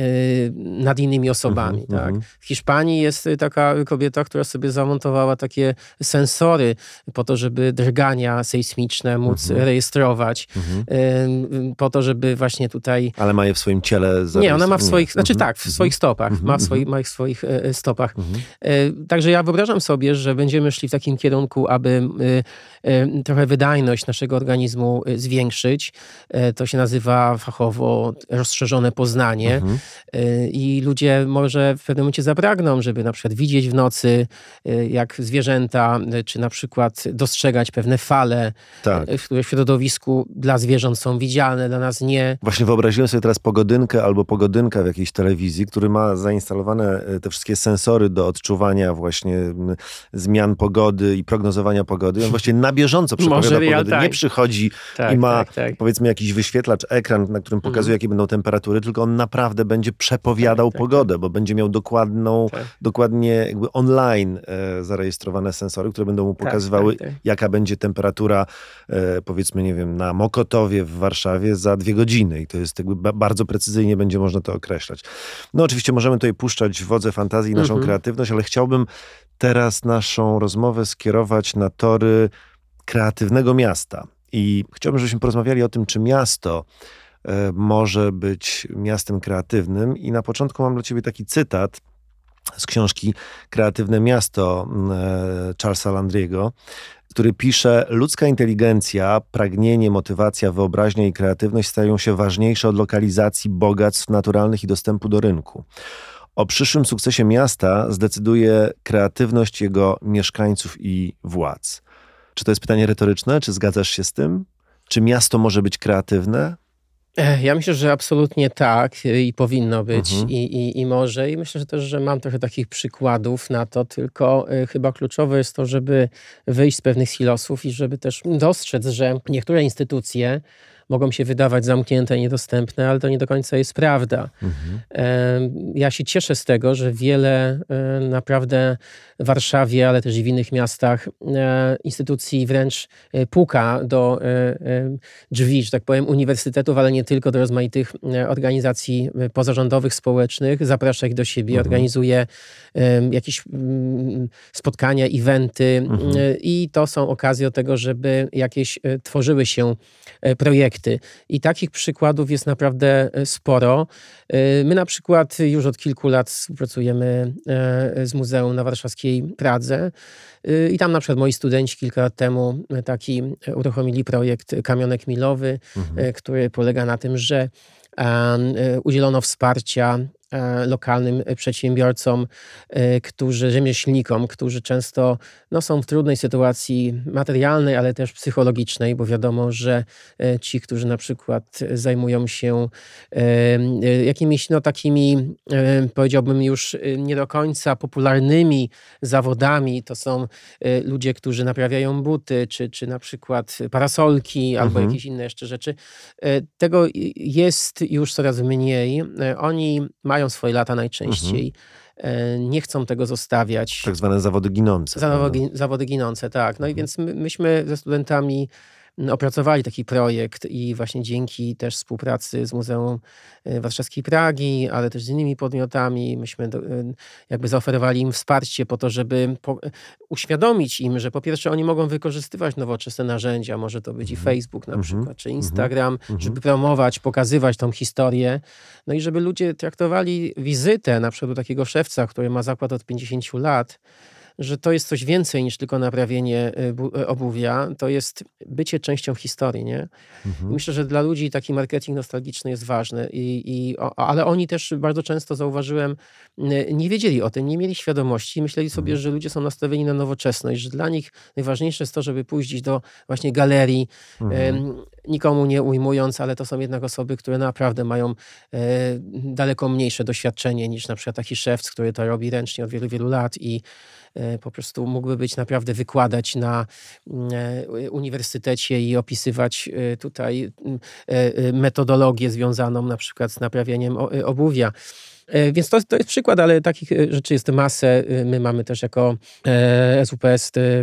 Speaker 2: nad innymi osobami.
Speaker 1: Mhm,
Speaker 2: tak?
Speaker 1: mhm.
Speaker 2: W Hiszpanii jest taka kobieta, która sobie zamontowała takie sensory po to, żeby drgania sejsmiczne móc
Speaker 1: Mhm.
Speaker 2: rejestrować.
Speaker 1: Mhm.
Speaker 2: E, po to, żeby właśnie tutaj...
Speaker 1: Ale ma je w swoim ciele.
Speaker 2: Nie, ona ma w
Speaker 1: zarejestrowane.
Speaker 2: swoich, znaczy
Speaker 1: Mhm.
Speaker 2: tak, w swoich stopach,
Speaker 1: Mhm,
Speaker 2: ma w
Speaker 1: mhm.
Speaker 2: swoich, ma ich w swoich e, stopach.
Speaker 1: Mhm.
Speaker 2: E, Także ja wyobrażam sobie, że będziemy szli w takim kierunku, aby e, e, trochę wydajność naszego organizmu e, zwiększyć. E, To się nazywa fachowo rozszerzone poznanie.
Speaker 1: Mhm.
Speaker 2: E, I ludzie może w pewnym momencie zapragną, żeby na przykład widzieć w nocy, e, jak zwierzęta, e, czy na przykład dostrzegać pewne fale,
Speaker 1: Tak.
Speaker 2: e, które w środowisku dla zwierząt są widzialne, dla nas nie.
Speaker 1: Właśnie wyobraziłem sobie teraz pogodynkę albo pogodynka w jakiejś telewizji, który ma zainstalowane e, te wszystkie sensory do odczuwania właśnie m, zmian pogody i prognozowania pogody. I on właściwie na bieżąco przepowiada
Speaker 2: Może real
Speaker 1: pogodę. Nie
Speaker 2: time.
Speaker 1: przychodzi
Speaker 2: Tak,
Speaker 1: i ma
Speaker 2: tak, tak.
Speaker 1: powiedzmy jakiś wyświetlacz, ekran, na którym pokazuje, jakie będą temperatury, tylko on naprawdę będzie przepowiadał
Speaker 2: Tak, tak,
Speaker 1: pogodę, bo będzie miał dokładną,
Speaker 2: Tak.
Speaker 1: dokładnie jakby online e, zarejestrowane sensory. sensory, które będą mu pokazywały,
Speaker 2: tak, tak.
Speaker 1: jaka będzie temperatura, e, powiedzmy, nie wiem, na Mokotowie w Warszawie za dwie godziny. I to jest jakby ba- bardzo precyzyjnie będzie można to określać. No oczywiście możemy tutaj puszczać wodze fantazji i naszą
Speaker 2: Mhm.
Speaker 1: kreatywność, ale chciałbym teraz naszą rozmowę skierować na tory kreatywnego miasta. I chciałbym, żebyśmy porozmawiali o tym, czy miasto e, może być miastem kreatywnym. I na początku mam dla ciebie taki cytat z książki Kreatywne Miasto e, Charlesa Landry'ego, który pisze: ludzka inteligencja, pragnienie, motywacja, wyobraźnia i kreatywność stają się ważniejsze od lokalizacji, bogactw naturalnych i dostępu do rynku. O przyszłym sukcesie miasta zdecyduje kreatywność jego mieszkańców i władz. Czy to jest pytanie retoryczne? Czy zgadzasz się z tym? Czy miasto może być kreatywne?
Speaker 2: E, Ja myślę, że absolutnie tak y, i powinno być
Speaker 1: Mhm.
Speaker 2: i, i, i może. I myślę, że też, że mam trochę takich przykładów na to, tylko y, chyba kluczowe jest to, żeby wyjść z pewnych silosów i żeby też dostrzec, że niektóre instytucje mogą się wydawać zamknięte, niedostępne, ale to nie do końca jest prawda.
Speaker 1: Mhm.
Speaker 2: E, Ja się cieszę z tego, że wiele e, naprawdę w Warszawie, ale też i w innych miastach e, instytucji wręcz e, puka do e, e, drzwi, że tak powiem, uniwersytetów, ale nie tylko, do rozmaitych e, organizacji e, pozarządowych, społecznych, zaprasza ich do siebie,
Speaker 1: Mhm.
Speaker 2: organizuje e, jakieś mm, spotkania, eventy
Speaker 1: Mhm.
Speaker 2: e, i to są okazje do tego, żeby jakieś e, tworzyły się e, projekty. I takich przykładów jest naprawdę e, sporo. E, My na przykład już od kilku lat współpracujemy e, z Muzeum na Warszawskiej Pradze e, i tam na przykład moi studenci kilka lat temu e, taki e, uruchomili projekt Kamionek Milowy,
Speaker 1: Mhm.
Speaker 2: e, który polega na tym, że e, e, udzielono wsparcia e, lokalnym przedsiębiorcom, e, którzy, rzemieślnikom, którzy często no, są w trudnej sytuacji materialnej, ale też psychologicznej, bo wiadomo, że e, ci, którzy na przykład zajmują się e, e, jakimiś no, takimi, e, powiedziałbym już e, nie do końca popularnymi zawodami, to są e, ludzie, którzy naprawiają buty, czy, czy na przykład parasolki, albo
Speaker 1: Mhm.
Speaker 2: jakieś inne jeszcze rzeczy. E, Tego i- jest już coraz mniej. E, Oni mają swoje lata najczęściej. E, Nie chcą tego zostawiać.
Speaker 1: Tak zwane zawody ginące. prawda?
Speaker 2: Zawody, zawody ginące, tak. No i więc my, myśmy ze studentami mm, opracowali taki projekt i właśnie dzięki też współpracy z Muzeum y, Warszawskiej Pragi, ale też z innymi podmiotami, myśmy do, y, jakby zaoferowali im wsparcie po to, żeby po, uświadomić im, że po pierwsze oni mogą wykorzystywać nowoczesne narzędzia, może to być i
Speaker 1: Mhm.
Speaker 2: Facebook na
Speaker 1: Mhm.
Speaker 2: przykład, czy
Speaker 1: Mhm.
Speaker 2: Instagram,
Speaker 1: Mhm.
Speaker 2: żeby promować, pokazywać tą historię. No i żeby ludzie traktowali wizytę na przykład do takiego szewca, który ma zakład od pięćdziesięciu lat, że to jest coś więcej niż tylko naprawienie y, bu- y, obuwia, to jest bycie częścią historii, nie? I
Speaker 1: Mhm.
Speaker 2: myślę, że dla ludzi taki marketing nostalgiczny jest ważny, i, i, o, ale oni też bardzo często, zauważyłem, y, nie wiedzieli o tym, nie mieli świadomości, myśleli sobie,
Speaker 1: Mhm.
Speaker 2: że ludzie są nastawieni na nowoczesność, że dla nich najważniejsze jest to, żeby pójść gdzieś do właśnie galerii,
Speaker 1: Mhm.
Speaker 2: em, nikomu nie ujmując, ale to są jednak osoby, które naprawdę mają e, daleko mniejsze doświadczenie niż na przykład taki szewc, który to robi ręcznie od wielu, wielu lat i e, po prostu mógłby być naprawdę wykładać na mm, e, uniwersytecie i opisywać e, tutaj mm, e, e, metodologię związaną na przykład z naprawieniem o- e, obuwia. E, Więc to, to jest przykład, ale takich e, rzeczy jest masę. E, My mamy też jako e, S U P S e,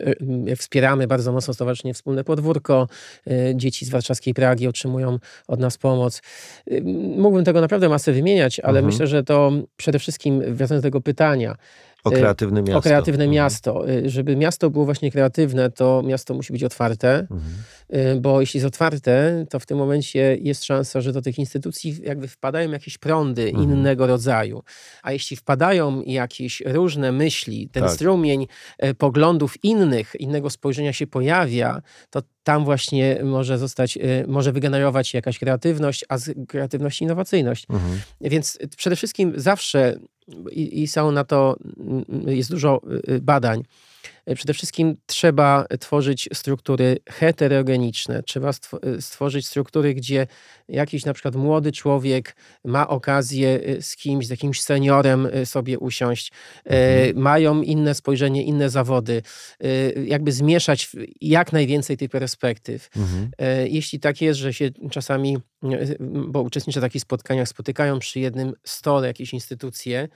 Speaker 2: e, wspieramy bardzo mocno Stowarzyszenie Wspólne Podwórko. E, Dzieci z warszawskiej Pragi otrzymują od nas pomoc. E, Mógłbym tego naprawdę masę wymieniać, ale
Speaker 1: Mhm.
Speaker 2: myślę, że to przede wszystkim, wracając do tego pytania,
Speaker 1: O kreatywne miasto.
Speaker 2: o kreatywne
Speaker 1: Mhm.
Speaker 2: miasto. Y, Żeby miasto było właśnie kreatywne, to miasto musi być otwarte,
Speaker 1: Mhm.
Speaker 2: y, bo jeśli jest otwarte, to w tym momencie jest szansa, że do tych instytucji jakby wpadają jakieś prądy
Speaker 1: Mhm.
Speaker 2: innego rodzaju. A jeśli wpadają jakieś różne myśli, ten
Speaker 1: Tak.
Speaker 2: strumień e, poglądów innych, innego spojrzenia się pojawia, to tam właśnie może zostać, e, może wygenerować się jakaś kreatywność, a z kreatywności innowacyjność.
Speaker 1: Mhm.
Speaker 2: Więc przede wszystkim zawsze, i, i są na to, mm, jest dużo y, badań, y, przede wszystkim trzeba tworzyć struktury heterogeniczne. Trzeba stw- stworzyć struktury, gdzie jakiś na przykład młody człowiek ma okazję y, z kimś, z jakimś seniorem y, sobie usiąść. Y,
Speaker 1: Mhm.
Speaker 2: Mają inne spojrzenie, inne zawody. Y, Jakby zmieszać w- jak najwięcej tych perspektyw.
Speaker 1: Mhm.
Speaker 2: E, Jeśli tak jest, że się czasami, e, bo uczestniczę w takich spotkaniach, spotykają przy jednym stole jakieś instytucje,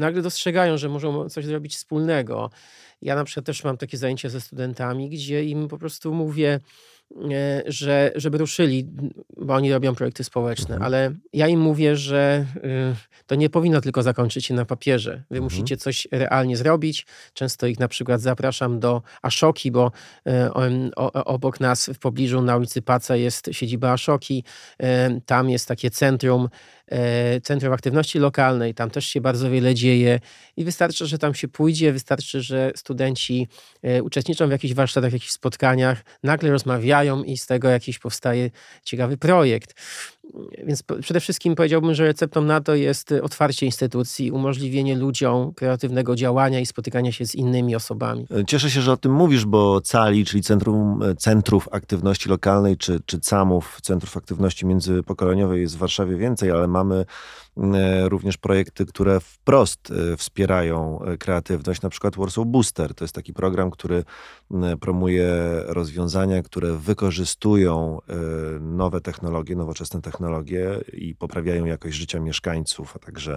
Speaker 2: nagle dostrzegają, że możą coś zrobić wspólnego. Ja na przykład też mam takie zajęcia ze studentami, gdzie im po prostu mówię, e, że żeby ruszyli, bo oni robią projekty społeczne,
Speaker 1: Mhm.
Speaker 2: ale ja im mówię, że y, to nie powinno tylko zakończyć się na papierze. Wy
Speaker 1: Mhm.
Speaker 2: musicie coś realnie zrobić. Często ich na przykład zapraszam do Ashoki, bo e, on- o, obok nas w pobliżu na ulicy Paca jest siedziba Ashoki. E, Tam jest takie centrum, e, Centrum Aktywności Lokalnej. Tam też się bardzo wiele dzieje i wystarczy, że tam się pójdzie, wystarczy, że studenci e, uczestniczą w jakichś warsztatach, w jakichś spotkaniach, nagle rozmawiają i z tego jakiś powstaje ciekawy projekt. Więc po- przede wszystkim powiedziałbym, że receptą na to jest e, otwarcie instytucji, umożliwienie ludziom kreatywnego działania i spotykania się z innymi osobami.
Speaker 1: Cieszę się, że o tym mówisz, bo CALI, czyli Centrum, Centrów Aktywności Lokalnej, czy, czy CAMów, Centrów Aktywności Międzypokoleniowej jest w Warszawie więcej, ale mamy e, również projekty, które wprost e, wspierają e, kreatywność, na przykład Warsaw Booster. To jest taki program, który e, promuje rozwiązania, które wykorzystują e, nowe technologie, nowoczesne technologie i poprawiają jakość życia mieszkańców, a także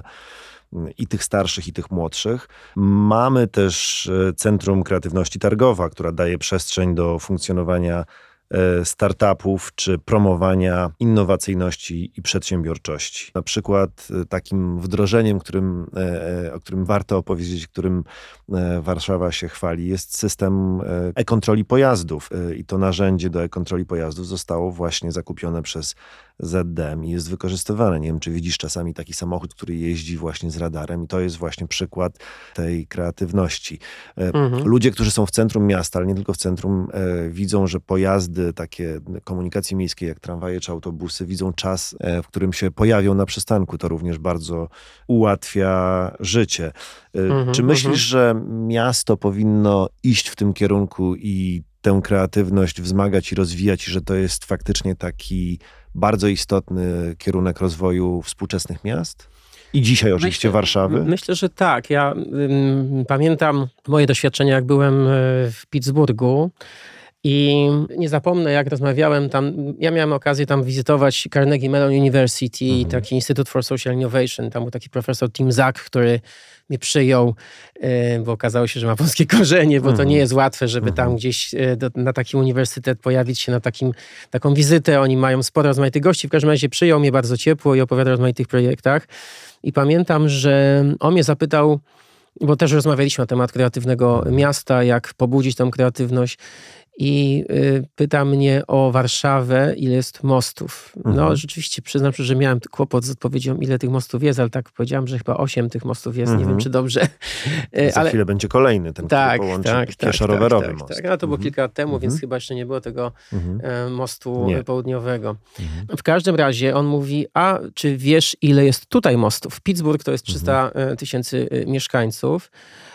Speaker 1: i tych starszych, i tych młodszych. Mamy też e, Centrum Kreatywności Targowa, która daje przestrzeń do funkcjonowania e, startupów czy promowania innowacyjności i przedsiębiorczości. Na przykład e, takim wdrożeniem, którym, e, e, o którym warto opowiedzieć, którym e, Warszawa się chwali, jest system e, e-kontroli pojazdów. E, I to narzędzie do e-kontroli pojazdów zostało właśnie zakupione przez Z D M i jest wykorzystywane. Nie wiem, czy widzisz czasami taki samochód, który jeździ właśnie z radarem i to jest właśnie przykład tej kreatywności. E,
Speaker 2: Mhm.
Speaker 1: Ludzie, którzy są w centrum miasta, ale nie tylko w centrum, e, widzą, że pojazdy takie komunikacji miejskiej, jak tramwaje czy autobusy, widzą czas, e, w którym się pojawią na przystanku. To również bardzo ułatwia życie. E,
Speaker 2: Mhm,
Speaker 1: czy myślisz,
Speaker 2: mhm.
Speaker 1: że miasto powinno iść w tym kierunku i tę kreatywność wzmagać i rozwijać, i że to jest faktycznie taki bardzo istotny kierunek rozwoju współczesnych miast? I dzisiaj oczywiście Warszawy?
Speaker 2: Myślę, że tak. Ja ym, pamiętam moje doświadczenia, jak byłem e, w Pittsburghu i nie zapomnę, jak rozmawiałem tam. Ja miałem okazję tam wizytować Carnegie Mellon University,
Speaker 1: Mhm.
Speaker 2: taki Institute for Social Innovation. Tam był taki profesor Tim Zak, który mnie przyjął, e, bo okazało się, że ma polskie korzenie, bo to
Speaker 1: Mhm.
Speaker 2: nie jest łatwe, żeby tam
Speaker 1: Mhm.
Speaker 2: gdzieś e, do, na taki uniwersytet pojawić się, na takim, taką wizytę. Oni mają sporo rozmaitych gości. W każdym razie przyjął mnie bardzo ciepło i opowiadał o rozmaitych projektach. I pamiętam, że on mnie zapytał, bo też rozmawialiśmy na temat kreatywnego miasta, jak pobudzić tą kreatywność. I y, pyta mnie o Warszawę, ile jest mostów. No
Speaker 1: Mhm.
Speaker 2: rzeczywiście przyznam się, że miałem kłopot z odpowiedzią, ile tych mostów jest, ale tak powiedziałam, że chyba osiem tych mostów jest. Nie
Speaker 1: Mhm.
Speaker 2: wiem, czy dobrze. Y,
Speaker 1: Za
Speaker 2: ale
Speaker 1: chwilę będzie kolejny, ten,
Speaker 2: tak,
Speaker 1: który połączy
Speaker 2: tak, tak,
Speaker 1: pieszo-rowerowy
Speaker 2: tak,
Speaker 1: most.
Speaker 2: tak, tak. No to było
Speaker 1: Mhm.
Speaker 2: kilka lat temu,
Speaker 1: Mhm.
Speaker 2: więc chyba jeszcze nie było tego
Speaker 1: Mhm.
Speaker 2: e, mostu
Speaker 1: Nie.
Speaker 2: południowego.
Speaker 1: Mhm.
Speaker 2: W każdym razie on mówi, a czy wiesz, ile jest tutaj mostów? Pittsburgh to jest trzysta tysięcy e, mieszkańców.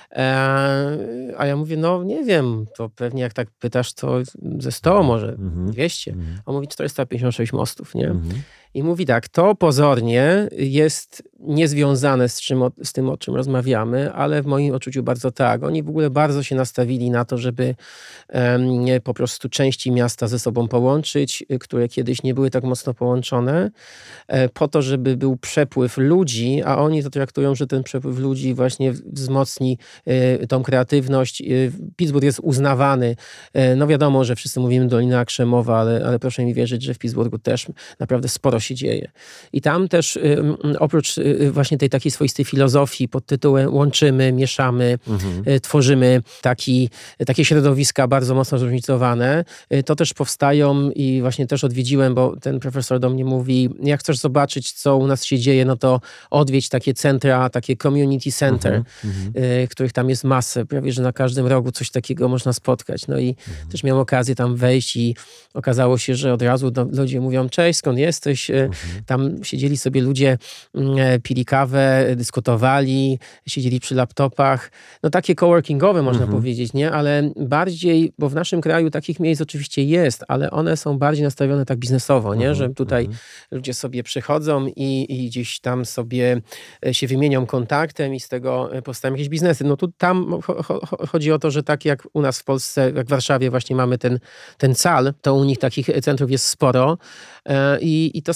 Speaker 2: E, a ja mówię, no nie wiem, to pewnie jak tak pytasz, to ze sto, może
Speaker 1: Mhm.
Speaker 2: dwieście.
Speaker 1: Mhm.
Speaker 2: On mówi czterysta pięćdziesiąt sześć mostów, nie?
Speaker 1: Mhm.
Speaker 2: I mówi tak, to pozornie jest niezwiązane z, czym, o- z tym, o czym rozmawiamy, ale w moim odczuciu bardzo tak. Oni w ogóle bardzo się nastawili na to, żeby em, po prostu części miasta ze sobą połączyć, y, które kiedyś nie były tak mocno połączone, e, po to, żeby był przepływ ludzi, a oni to traktują, że ten przepływ ludzi właśnie wzmocni e, tą kreatywność. E, Pittsburgh jest uznawany. E, no wiadomo, że wszyscy mówimy Dolina Krzemowa, ale, ale proszę mi wierzyć, że w Pittsburghu też naprawdę sporo się dzieje. I tam też y, y, oprócz y, właśnie tej takiej swoistej filozofii pod tytułem łączymy, mieszamy,
Speaker 1: Mhm.
Speaker 2: y, tworzymy taki, takie środowiska bardzo mocno zróżnicowane, y, to też powstają i właśnie też odwiedziłem, bo ten profesor do mnie mówi, jak chcesz zobaczyć, co u nas się dzieje, no to odwiedź takie centra, takie community center,
Speaker 1: Mhm. Mhm.
Speaker 2: y, których tam jest masę, prawie że na każdym rogu coś takiego można spotkać. No i też miałem okazję tam wejść i okazało się, że od razu do, ludzie mówią, cześć, skąd jesteś? Y, Tam siedzieli sobie ludzie, mm, pili kawę, dyskutowali, siedzieli przy laptopach. No takie coworkingowe można
Speaker 1: Mhm.
Speaker 2: powiedzieć, nie? Ale bardziej, bo w naszym kraju takich miejsc oczywiście jest, ale one są bardziej nastawione tak biznesowo, nie?
Speaker 1: Mhm.
Speaker 2: Że tutaj
Speaker 1: Mhm.
Speaker 2: ludzie sobie przychodzą i, i gdzieś tam sobie e, się wymienią kontaktem i z tego e, powstają jakieś biznesy. No tu tam cho- cho- chodzi o to, że tak jak u nas w Polsce, jak w Warszawie właśnie mamy ten, ten cal, to u nich takich centrów jest sporo e, i, i to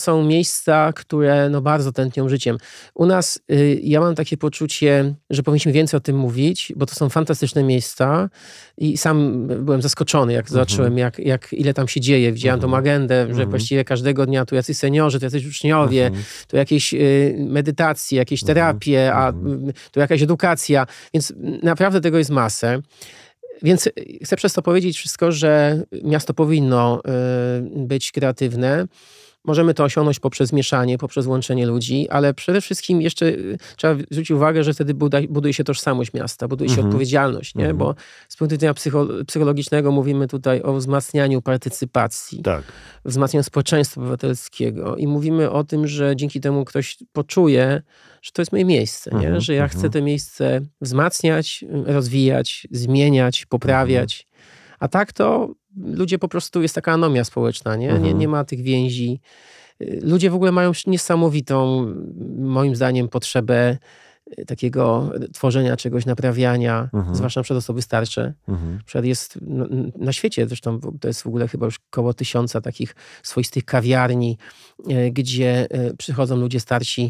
Speaker 2: są miejsca, które no, bardzo tętnią życiem. U nas y, ja mam takie poczucie, że powinniśmy więcej o tym mówić, bo to są fantastyczne miejsca i sam byłem zaskoczony, jak zobaczyłem, jak, jak ile tam się dzieje. Widziałem tą agendę, że właściwie każdego dnia tu jacyś seniorzy, tu jacyś uczniowie, tu jakieś y, medytacje, jakieś terapie, a y, tu jakaś edukacja, więc naprawdę tego jest masę. Więc chcę przez to powiedzieć wszystko, że miasto powinno y, być kreatywne. Możemy to osiągnąć poprzez mieszanie, poprzez łączenie ludzi, ale przede wszystkim jeszcze y, trzeba zwrócić uwagę, że wtedy buda, buduje się tożsamość miasta, buduje się
Speaker 1: Mhm.
Speaker 2: odpowiedzialność, nie?
Speaker 1: Mhm.
Speaker 2: Bo z punktu widzenia psycho, psychologicznego mówimy tutaj o wzmacnianiu partycypacji,
Speaker 1: Tak.
Speaker 2: wzmacnianiu społeczeństwa obywatelskiego i mówimy o tym, że dzięki temu ktoś poczuje, że to jest moje miejsce, nie?
Speaker 1: Mhm,
Speaker 2: Że ja
Speaker 1: mhm.
Speaker 2: chcę to miejsce wzmacniać, rozwijać, zmieniać, poprawiać. A tak to ludzie po prostu, jest taka anomia społeczna, nie? Nie,
Speaker 1: Mhm.
Speaker 2: nie ma tych więzi. Ludzie w ogóle mają niesamowitą, moim zdaniem, potrzebę takiego tworzenia czegoś, naprawiania,
Speaker 1: Mhm.
Speaker 2: zwłaszcza przed osoby starsze.
Speaker 1: Mhm.
Speaker 2: Na przykład jest no, na świecie, zresztą to jest w ogóle chyba już koło tysiąca takich swoistych kawiarni, e, gdzie e, przychodzą ludzie starsi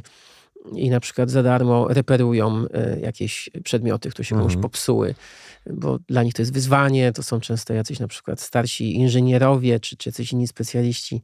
Speaker 2: i na przykład za darmo reperują e, jakieś przedmioty, które się komuś
Speaker 1: Mhm.
Speaker 2: popsuły, bo dla nich to jest wyzwanie, to są często jacyś na przykład starsi inżynierowie, czy, czy jacyś inni specjaliści.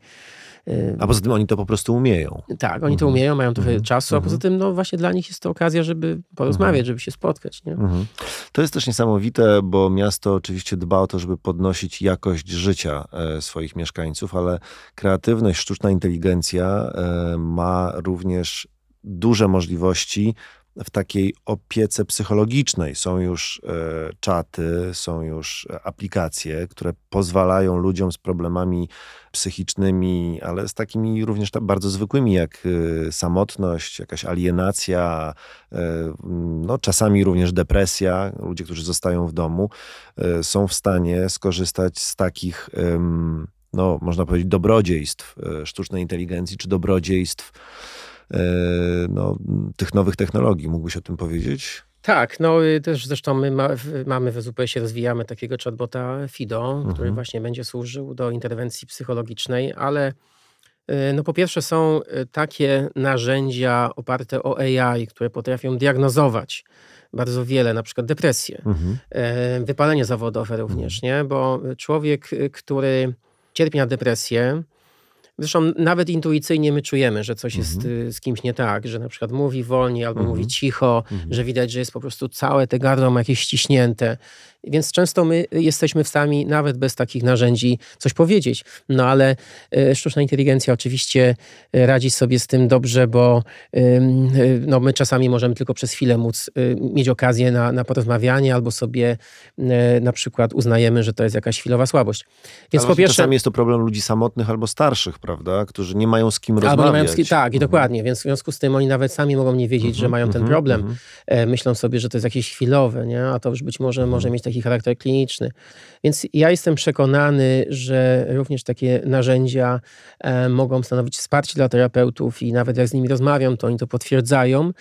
Speaker 2: E,
Speaker 1: A poza tym oni to po prostu umieją.
Speaker 2: tak, oni to
Speaker 1: Mhm.
Speaker 2: umieją, mają trochę
Speaker 1: Mhm.
Speaker 2: czasu, a poza tym no właśnie dla nich jest to okazja, żeby porozmawiać, żeby się spotkać, nie?
Speaker 1: Mhm. To jest też niesamowite, bo miasto oczywiście dba o to, żeby podnosić jakość życia e, swoich mieszkańców, ale kreatywność, sztuczna inteligencja e, ma również duże możliwości w takiej opiece psychologicznej. Są już e, czaty, są już aplikacje, które pozwalają ludziom z problemami psychicznymi, ale z takimi również ta- bardzo zwykłymi, jak e, samotność, jakaś alienacja, e, no, czasami również depresja. Ludzie, którzy zostają w domu, e, są w stanie skorzystać z takich, em, no, można powiedzieć, dobrodziejstw e, sztucznej inteligencji, czy dobrodziejstw e, no, tych nowych technologii. Mógłbyś o tym powiedzieć?
Speaker 2: Tak, no y, też zresztą my ma, w- mamy w Z U P S-ie, rozwijamy takiego chatbota Fido, który
Speaker 1: Mhm.
Speaker 2: właśnie będzie służył do interwencji psychologicznej, ale y, no po pierwsze są y, takie narzędzia oparte o A I, które potrafią diagnozować bardzo wiele, na przykład depresję,
Speaker 1: Mhm.
Speaker 2: e, wypalenie zawodowe również, nie? Bo człowiek, y, który cierpi na depresję, zresztą nawet intuicyjnie my czujemy, że coś jest
Speaker 1: Mhm.
Speaker 2: y, z kimś nie tak, że na przykład mówi wolniej albo
Speaker 1: Mhm.
Speaker 2: mówi cicho,
Speaker 1: Mhm.
Speaker 2: że widać, że jest po prostu całe te gardło ma jakieś ściśnięte. Więc często my jesteśmy w stanie nawet bez takich narzędzi coś powiedzieć. No ale y, sztuczna inteligencja oczywiście y, radzi sobie z tym dobrze, bo y, y, no, my czasami możemy tylko przez chwilę móc y, mieć okazję na, na porozmawianie albo sobie y, na przykład uznajemy, że to jest jakaś chwilowa słabość. Więc
Speaker 1: Ale
Speaker 2: po pierwsze...
Speaker 1: czasami jest to problem ludzi samotnych albo starszych, prawda? Którzy nie mają z kim
Speaker 2: Albo nie
Speaker 1: rozmawiać.
Speaker 2: mają ski- tak, i
Speaker 1: Mhm.
Speaker 2: dokładnie, więc w związku z tym oni nawet sami mogą nie wiedzieć, że
Speaker 1: Mhm,
Speaker 2: mają ten
Speaker 1: mhm,
Speaker 2: problem.
Speaker 1: mhm.
Speaker 2: E, myślą sobie, że to jest jakieś chwilowe, nie? A to już być może może mieć taki charakter kliniczny. Więc ja jestem przekonany, że również takie narzędzia e, mogą stanowić wsparcie dla terapeutów i nawet jak z nimi rozmawiam, to oni to potwierdzają.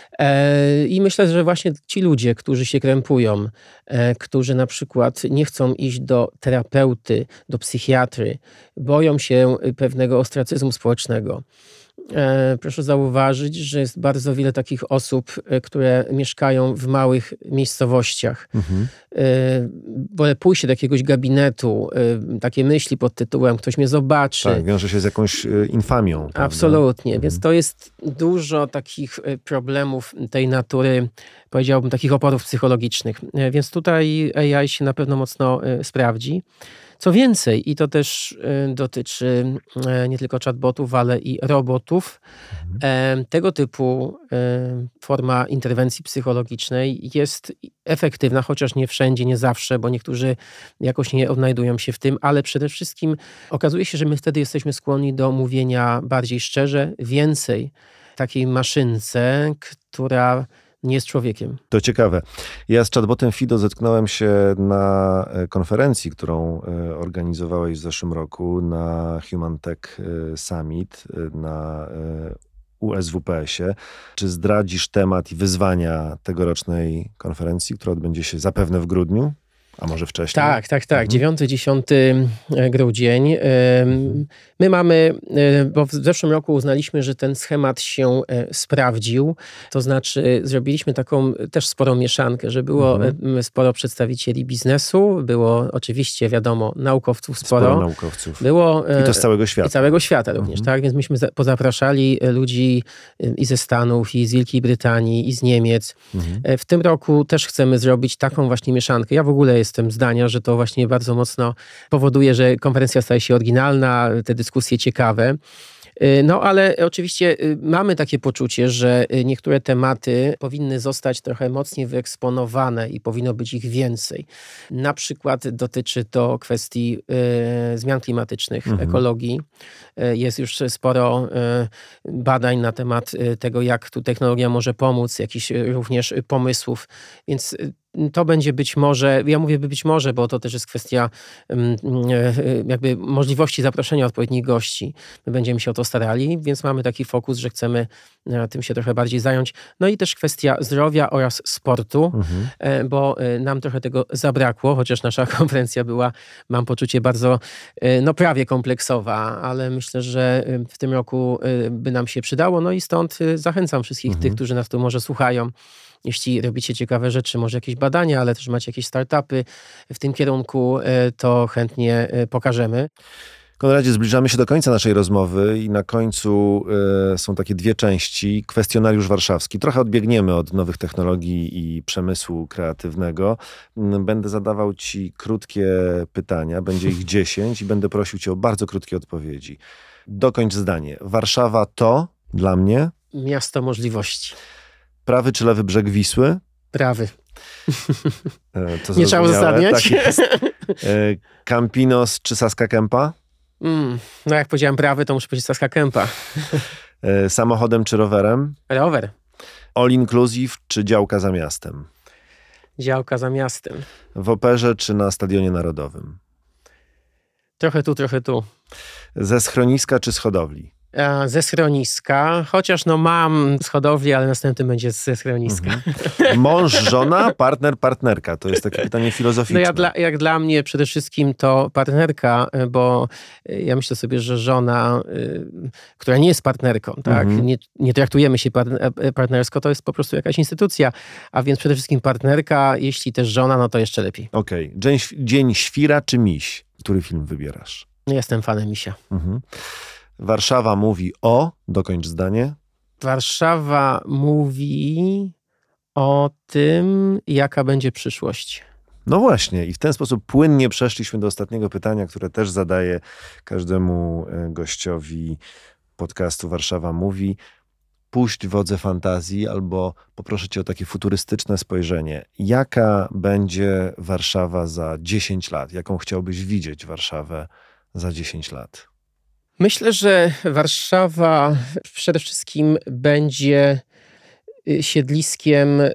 Speaker 2: E, I myślę, że właśnie ci ludzie, którzy się krępują, e, którzy na przykład nie chcą iść do terapeuty, do psychiatry, boją się pewnego ostracyzmu społecznego. E, proszę zauważyć, że jest bardzo wiele takich osób, e, które mieszkają w małych miejscowościach.
Speaker 1: Mhm.
Speaker 2: E, wolę pójść do jakiegoś gabinetu, e, takie myśli pod tytułem ktoś mnie zobaczy.
Speaker 1: Tak, wiąże się z jakąś e, infamią. prawda?
Speaker 2: Absolutnie,
Speaker 1: Mhm.
Speaker 2: więc to jest dużo takich e, problemów tej natury, powiedziałbym takich oporów psychologicznych. E, Więc tutaj A I się na pewno mocno e, sprawdzi. Co więcej, i to też e, dotyczy e, nie tylko chatbotów, ale i robotów, e, tego typu e, forma interwencji psychologicznej jest efektywna, chociaż nie wszędzie, nie zawsze, bo niektórzy jakoś nie odnajdują się w tym, ale przede wszystkim okazuje się, że my wtedy jesteśmy skłonni do mówienia bardziej szczerze, więcej takiej maszynce, która nie jest człowiekiem.
Speaker 1: To ciekawe. Ja z chatbotem Fido zetknąłem się na e, konferencji, którą e, organizowałeś w zeszłym roku na Human Tech e, Summit e, na e, U S W P S-ie. Czy zdradzisz temat i wyzwania tegorocznej konferencji, która odbędzie się zapewne w grudniu? A może wcześniej?
Speaker 2: Tak, tak, tak.
Speaker 1: Mhm.
Speaker 2: dziewiąty dziesiąty grudzień. My mamy, bo w zeszłym roku uznaliśmy, że ten schemat się sprawdził. To znaczy zrobiliśmy taką też sporą mieszankę, że było mhm. sporo przedstawicieli biznesu, było oczywiście, wiadomo, naukowców sporo.
Speaker 1: Sporo naukowców.
Speaker 2: Było,
Speaker 1: I to z całego świata.
Speaker 2: I całego świata również, mhm. tak? Więc myśmy pozapraszali ludzi i ze Stanów, i z Wielkiej Brytanii, i z Niemiec. Mhm. W tym roku też chcemy zrobić taką właśnie mieszankę. Ja w ogóle jestem zdania, że to właśnie bardzo mocno powoduje, że konferencja staje się oryginalna, te dyskusje ciekawe. No ale oczywiście mamy takie poczucie, że niektóre tematy powinny zostać trochę mocniej wyeksponowane i powinno być ich więcej. Na przykład dotyczy to kwestii y, zmian klimatycznych, mhm. ekologii. Y, jest już sporo y, badań na temat y, tego, jak tu technologia może pomóc, jakichś y, również y, pomysłów, więc y, to będzie być może, ja mówię być może, bo to też jest kwestia jakby możliwości zaproszenia odpowiednich gości. My będziemy się o to starali, więc mamy taki fokus, że chcemy tym się trochę bardziej zająć. No i też kwestia zdrowia oraz sportu, mhm. bo nam trochę tego zabrakło, chociaż nasza konferencja była, mam poczucie, bardzo no prawie kompleksowa, ale myślę, że w tym roku by nam się przydało. No i stąd zachęcam wszystkich mhm. tych, którzy nas tu może słuchają. Jeśli robicie ciekawe rzeczy, może jakieś badania, ale też macie jakieś startupy w tym kierunku, to chętnie pokażemy.
Speaker 1: Konradzie, zbliżamy się do końca naszej rozmowy i na końcu y, są takie dwie części. Kwestionariusz warszawski. Trochę odbiegniemy od nowych technologii i przemysłu kreatywnego. Będę zadawał ci krótkie pytania, będzie ich dziesięć i będę prosił cię o bardzo krótkie odpowiedzi. Dokończ zdanie. Warszawa to dla mnie?
Speaker 2: Miasto możliwości.
Speaker 1: Prawy czy lewy brzeg Wisły?
Speaker 2: Prawy.
Speaker 1: To
Speaker 2: nie trzeba uzasadniać.
Speaker 1: Tak jest. Campinos czy Saska Kępa?
Speaker 2: Mm, no jak powiedziałem prawy, to muszę powiedzieć Saska Kępa.
Speaker 1: Samochodem czy rowerem?
Speaker 2: Rower.
Speaker 1: All inclusive czy działka za miastem?
Speaker 2: Działka za miastem.
Speaker 1: W operze czy na Stadionie Narodowym?
Speaker 2: Trochę tu, trochę tu.
Speaker 1: Ze schroniska czy z hodowli?
Speaker 2: Ze schroniska, chociaż no mam z hodowli, ale następnym będzie ze schroniska.
Speaker 1: Mhm. Mąż, żona, partner, partnerka. To jest takie pytanie filozoficzne.
Speaker 2: No ja dla, jak dla mnie przede wszystkim to partnerka, bo ja myślę sobie, że żona, która nie jest partnerką, tak, mhm. nie, nie traktujemy się partnersko, to jest po prostu jakaś instytucja, a więc przede wszystkim partnerka, jeśli też żona, no to jeszcze lepiej.
Speaker 1: Okej. Okay. Dzień, dzień świra czy miś? Który film wybierasz?
Speaker 2: Jestem fanem misia.
Speaker 1: Mhm. Warszawa mówi o... Dokończ zdanie.
Speaker 2: Warszawa mówi o tym, jaka będzie przyszłość.
Speaker 1: No właśnie. I w ten sposób płynnie przeszliśmy do ostatniego pytania, które też zadaję każdemu gościowi podcastu Warszawa mówi. Puść wodze fantazji albo poproszę cię o takie futurystyczne spojrzenie. Jaka będzie Warszawa za dziesięć lat? Jaką chciałbyś widzieć Warszawę za dziesięć lat?
Speaker 2: Myślę, że Warszawa przede wszystkim będzie siedliskiem y,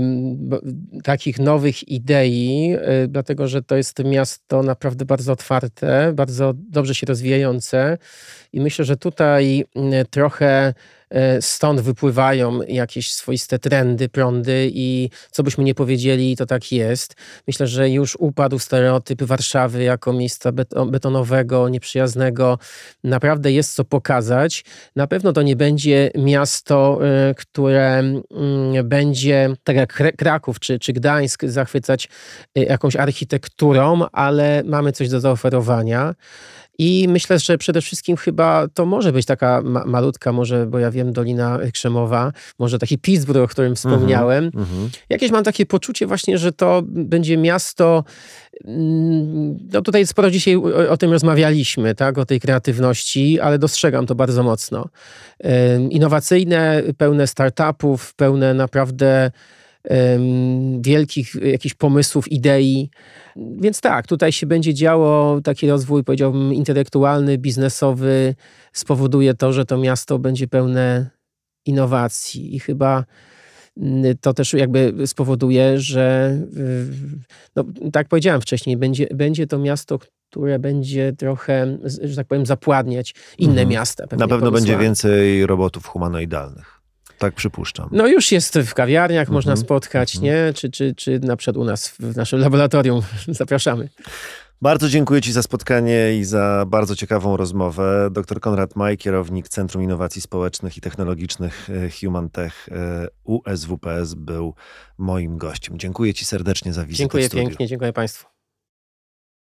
Speaker 2: takich nowych idei, y, dlatego że to jest miasto naprawdę bardzo otwarte, bardzo dobrze się rozwijające i myślę, że tutaj y, trochę stąd wypływają jakieś swoiste trendy, prądy i co byśmy nie powiedzieli, to tak jest. Myślę, że już upadł stereotyp Warszawy jako miejsca betonowego, nieprzyjaznego. Naprawdę jest co pokazać. Na pewno to nie będzie miasto, które będzie, tak jak Kraków czy, czy Gdańsk, zachwycać jakąś architekturą, ale mamy coś do zaoferowania. I myślę, że przede wszystkim chyba to może być taka ma- malutka, może, bo ja wiem, Dolina Krzemowa, może taki Pittsburgh, o którym wspomniałem. Mm-hmm. Jakieś mam takie poczucie właśnie, że to będzie miasto, no tutaj sporo dzisiaj o, o tym rozmawialiśmy, tak, o tej kreatywności, ale dostrzegam to bardzo mocno. Innowacyjne, pełne startupów, pełne naprawdę wielkich jakichś pomysłów, idei. Więc tak, tutaj się będzie działo taki rozwój, powiedziałbym, intelektualny, biznesowy, spowoduje to, że to miasto będzie pełne innowacji i chyba to też jakby spowoduje, że no, tak jak powiedziałem wcześniej, będzie, będzie to miasto, które będzie trochę, że tak powiem, zapładniać inne mhm. miasta.
Speaker 1: Na pewno
Speaker 2: pomysłami.
Speaker 1: Będzie więcej robotów humanoidalnych. Tak przypuszczam.
Speaker 2: No już jest w kawiarniach,
Speaker 1: Mhm.
Speaker 2: można spotkać,
Speaker 1: Mhm.
Speaker 2: nie? Czy, czy, czy na przykład u nas w naszym laboratorium. Zapraszamy.
Speaker 1: Bardzo dziękuję Ci za spotkanie i za bardzo ciekawą rozmowę. Doktor Konrad Maj, kierownik Centrum Innowacji Społecznych i Technologicznych e, HumanTech e, U S W P S był moim gościem. Dziękuję Ci serdecznie za wizytę
Speaker 2: Dziękuję
Speaker 1: w studiu.
Speaker 2: pięknie, dziękuję Państwu.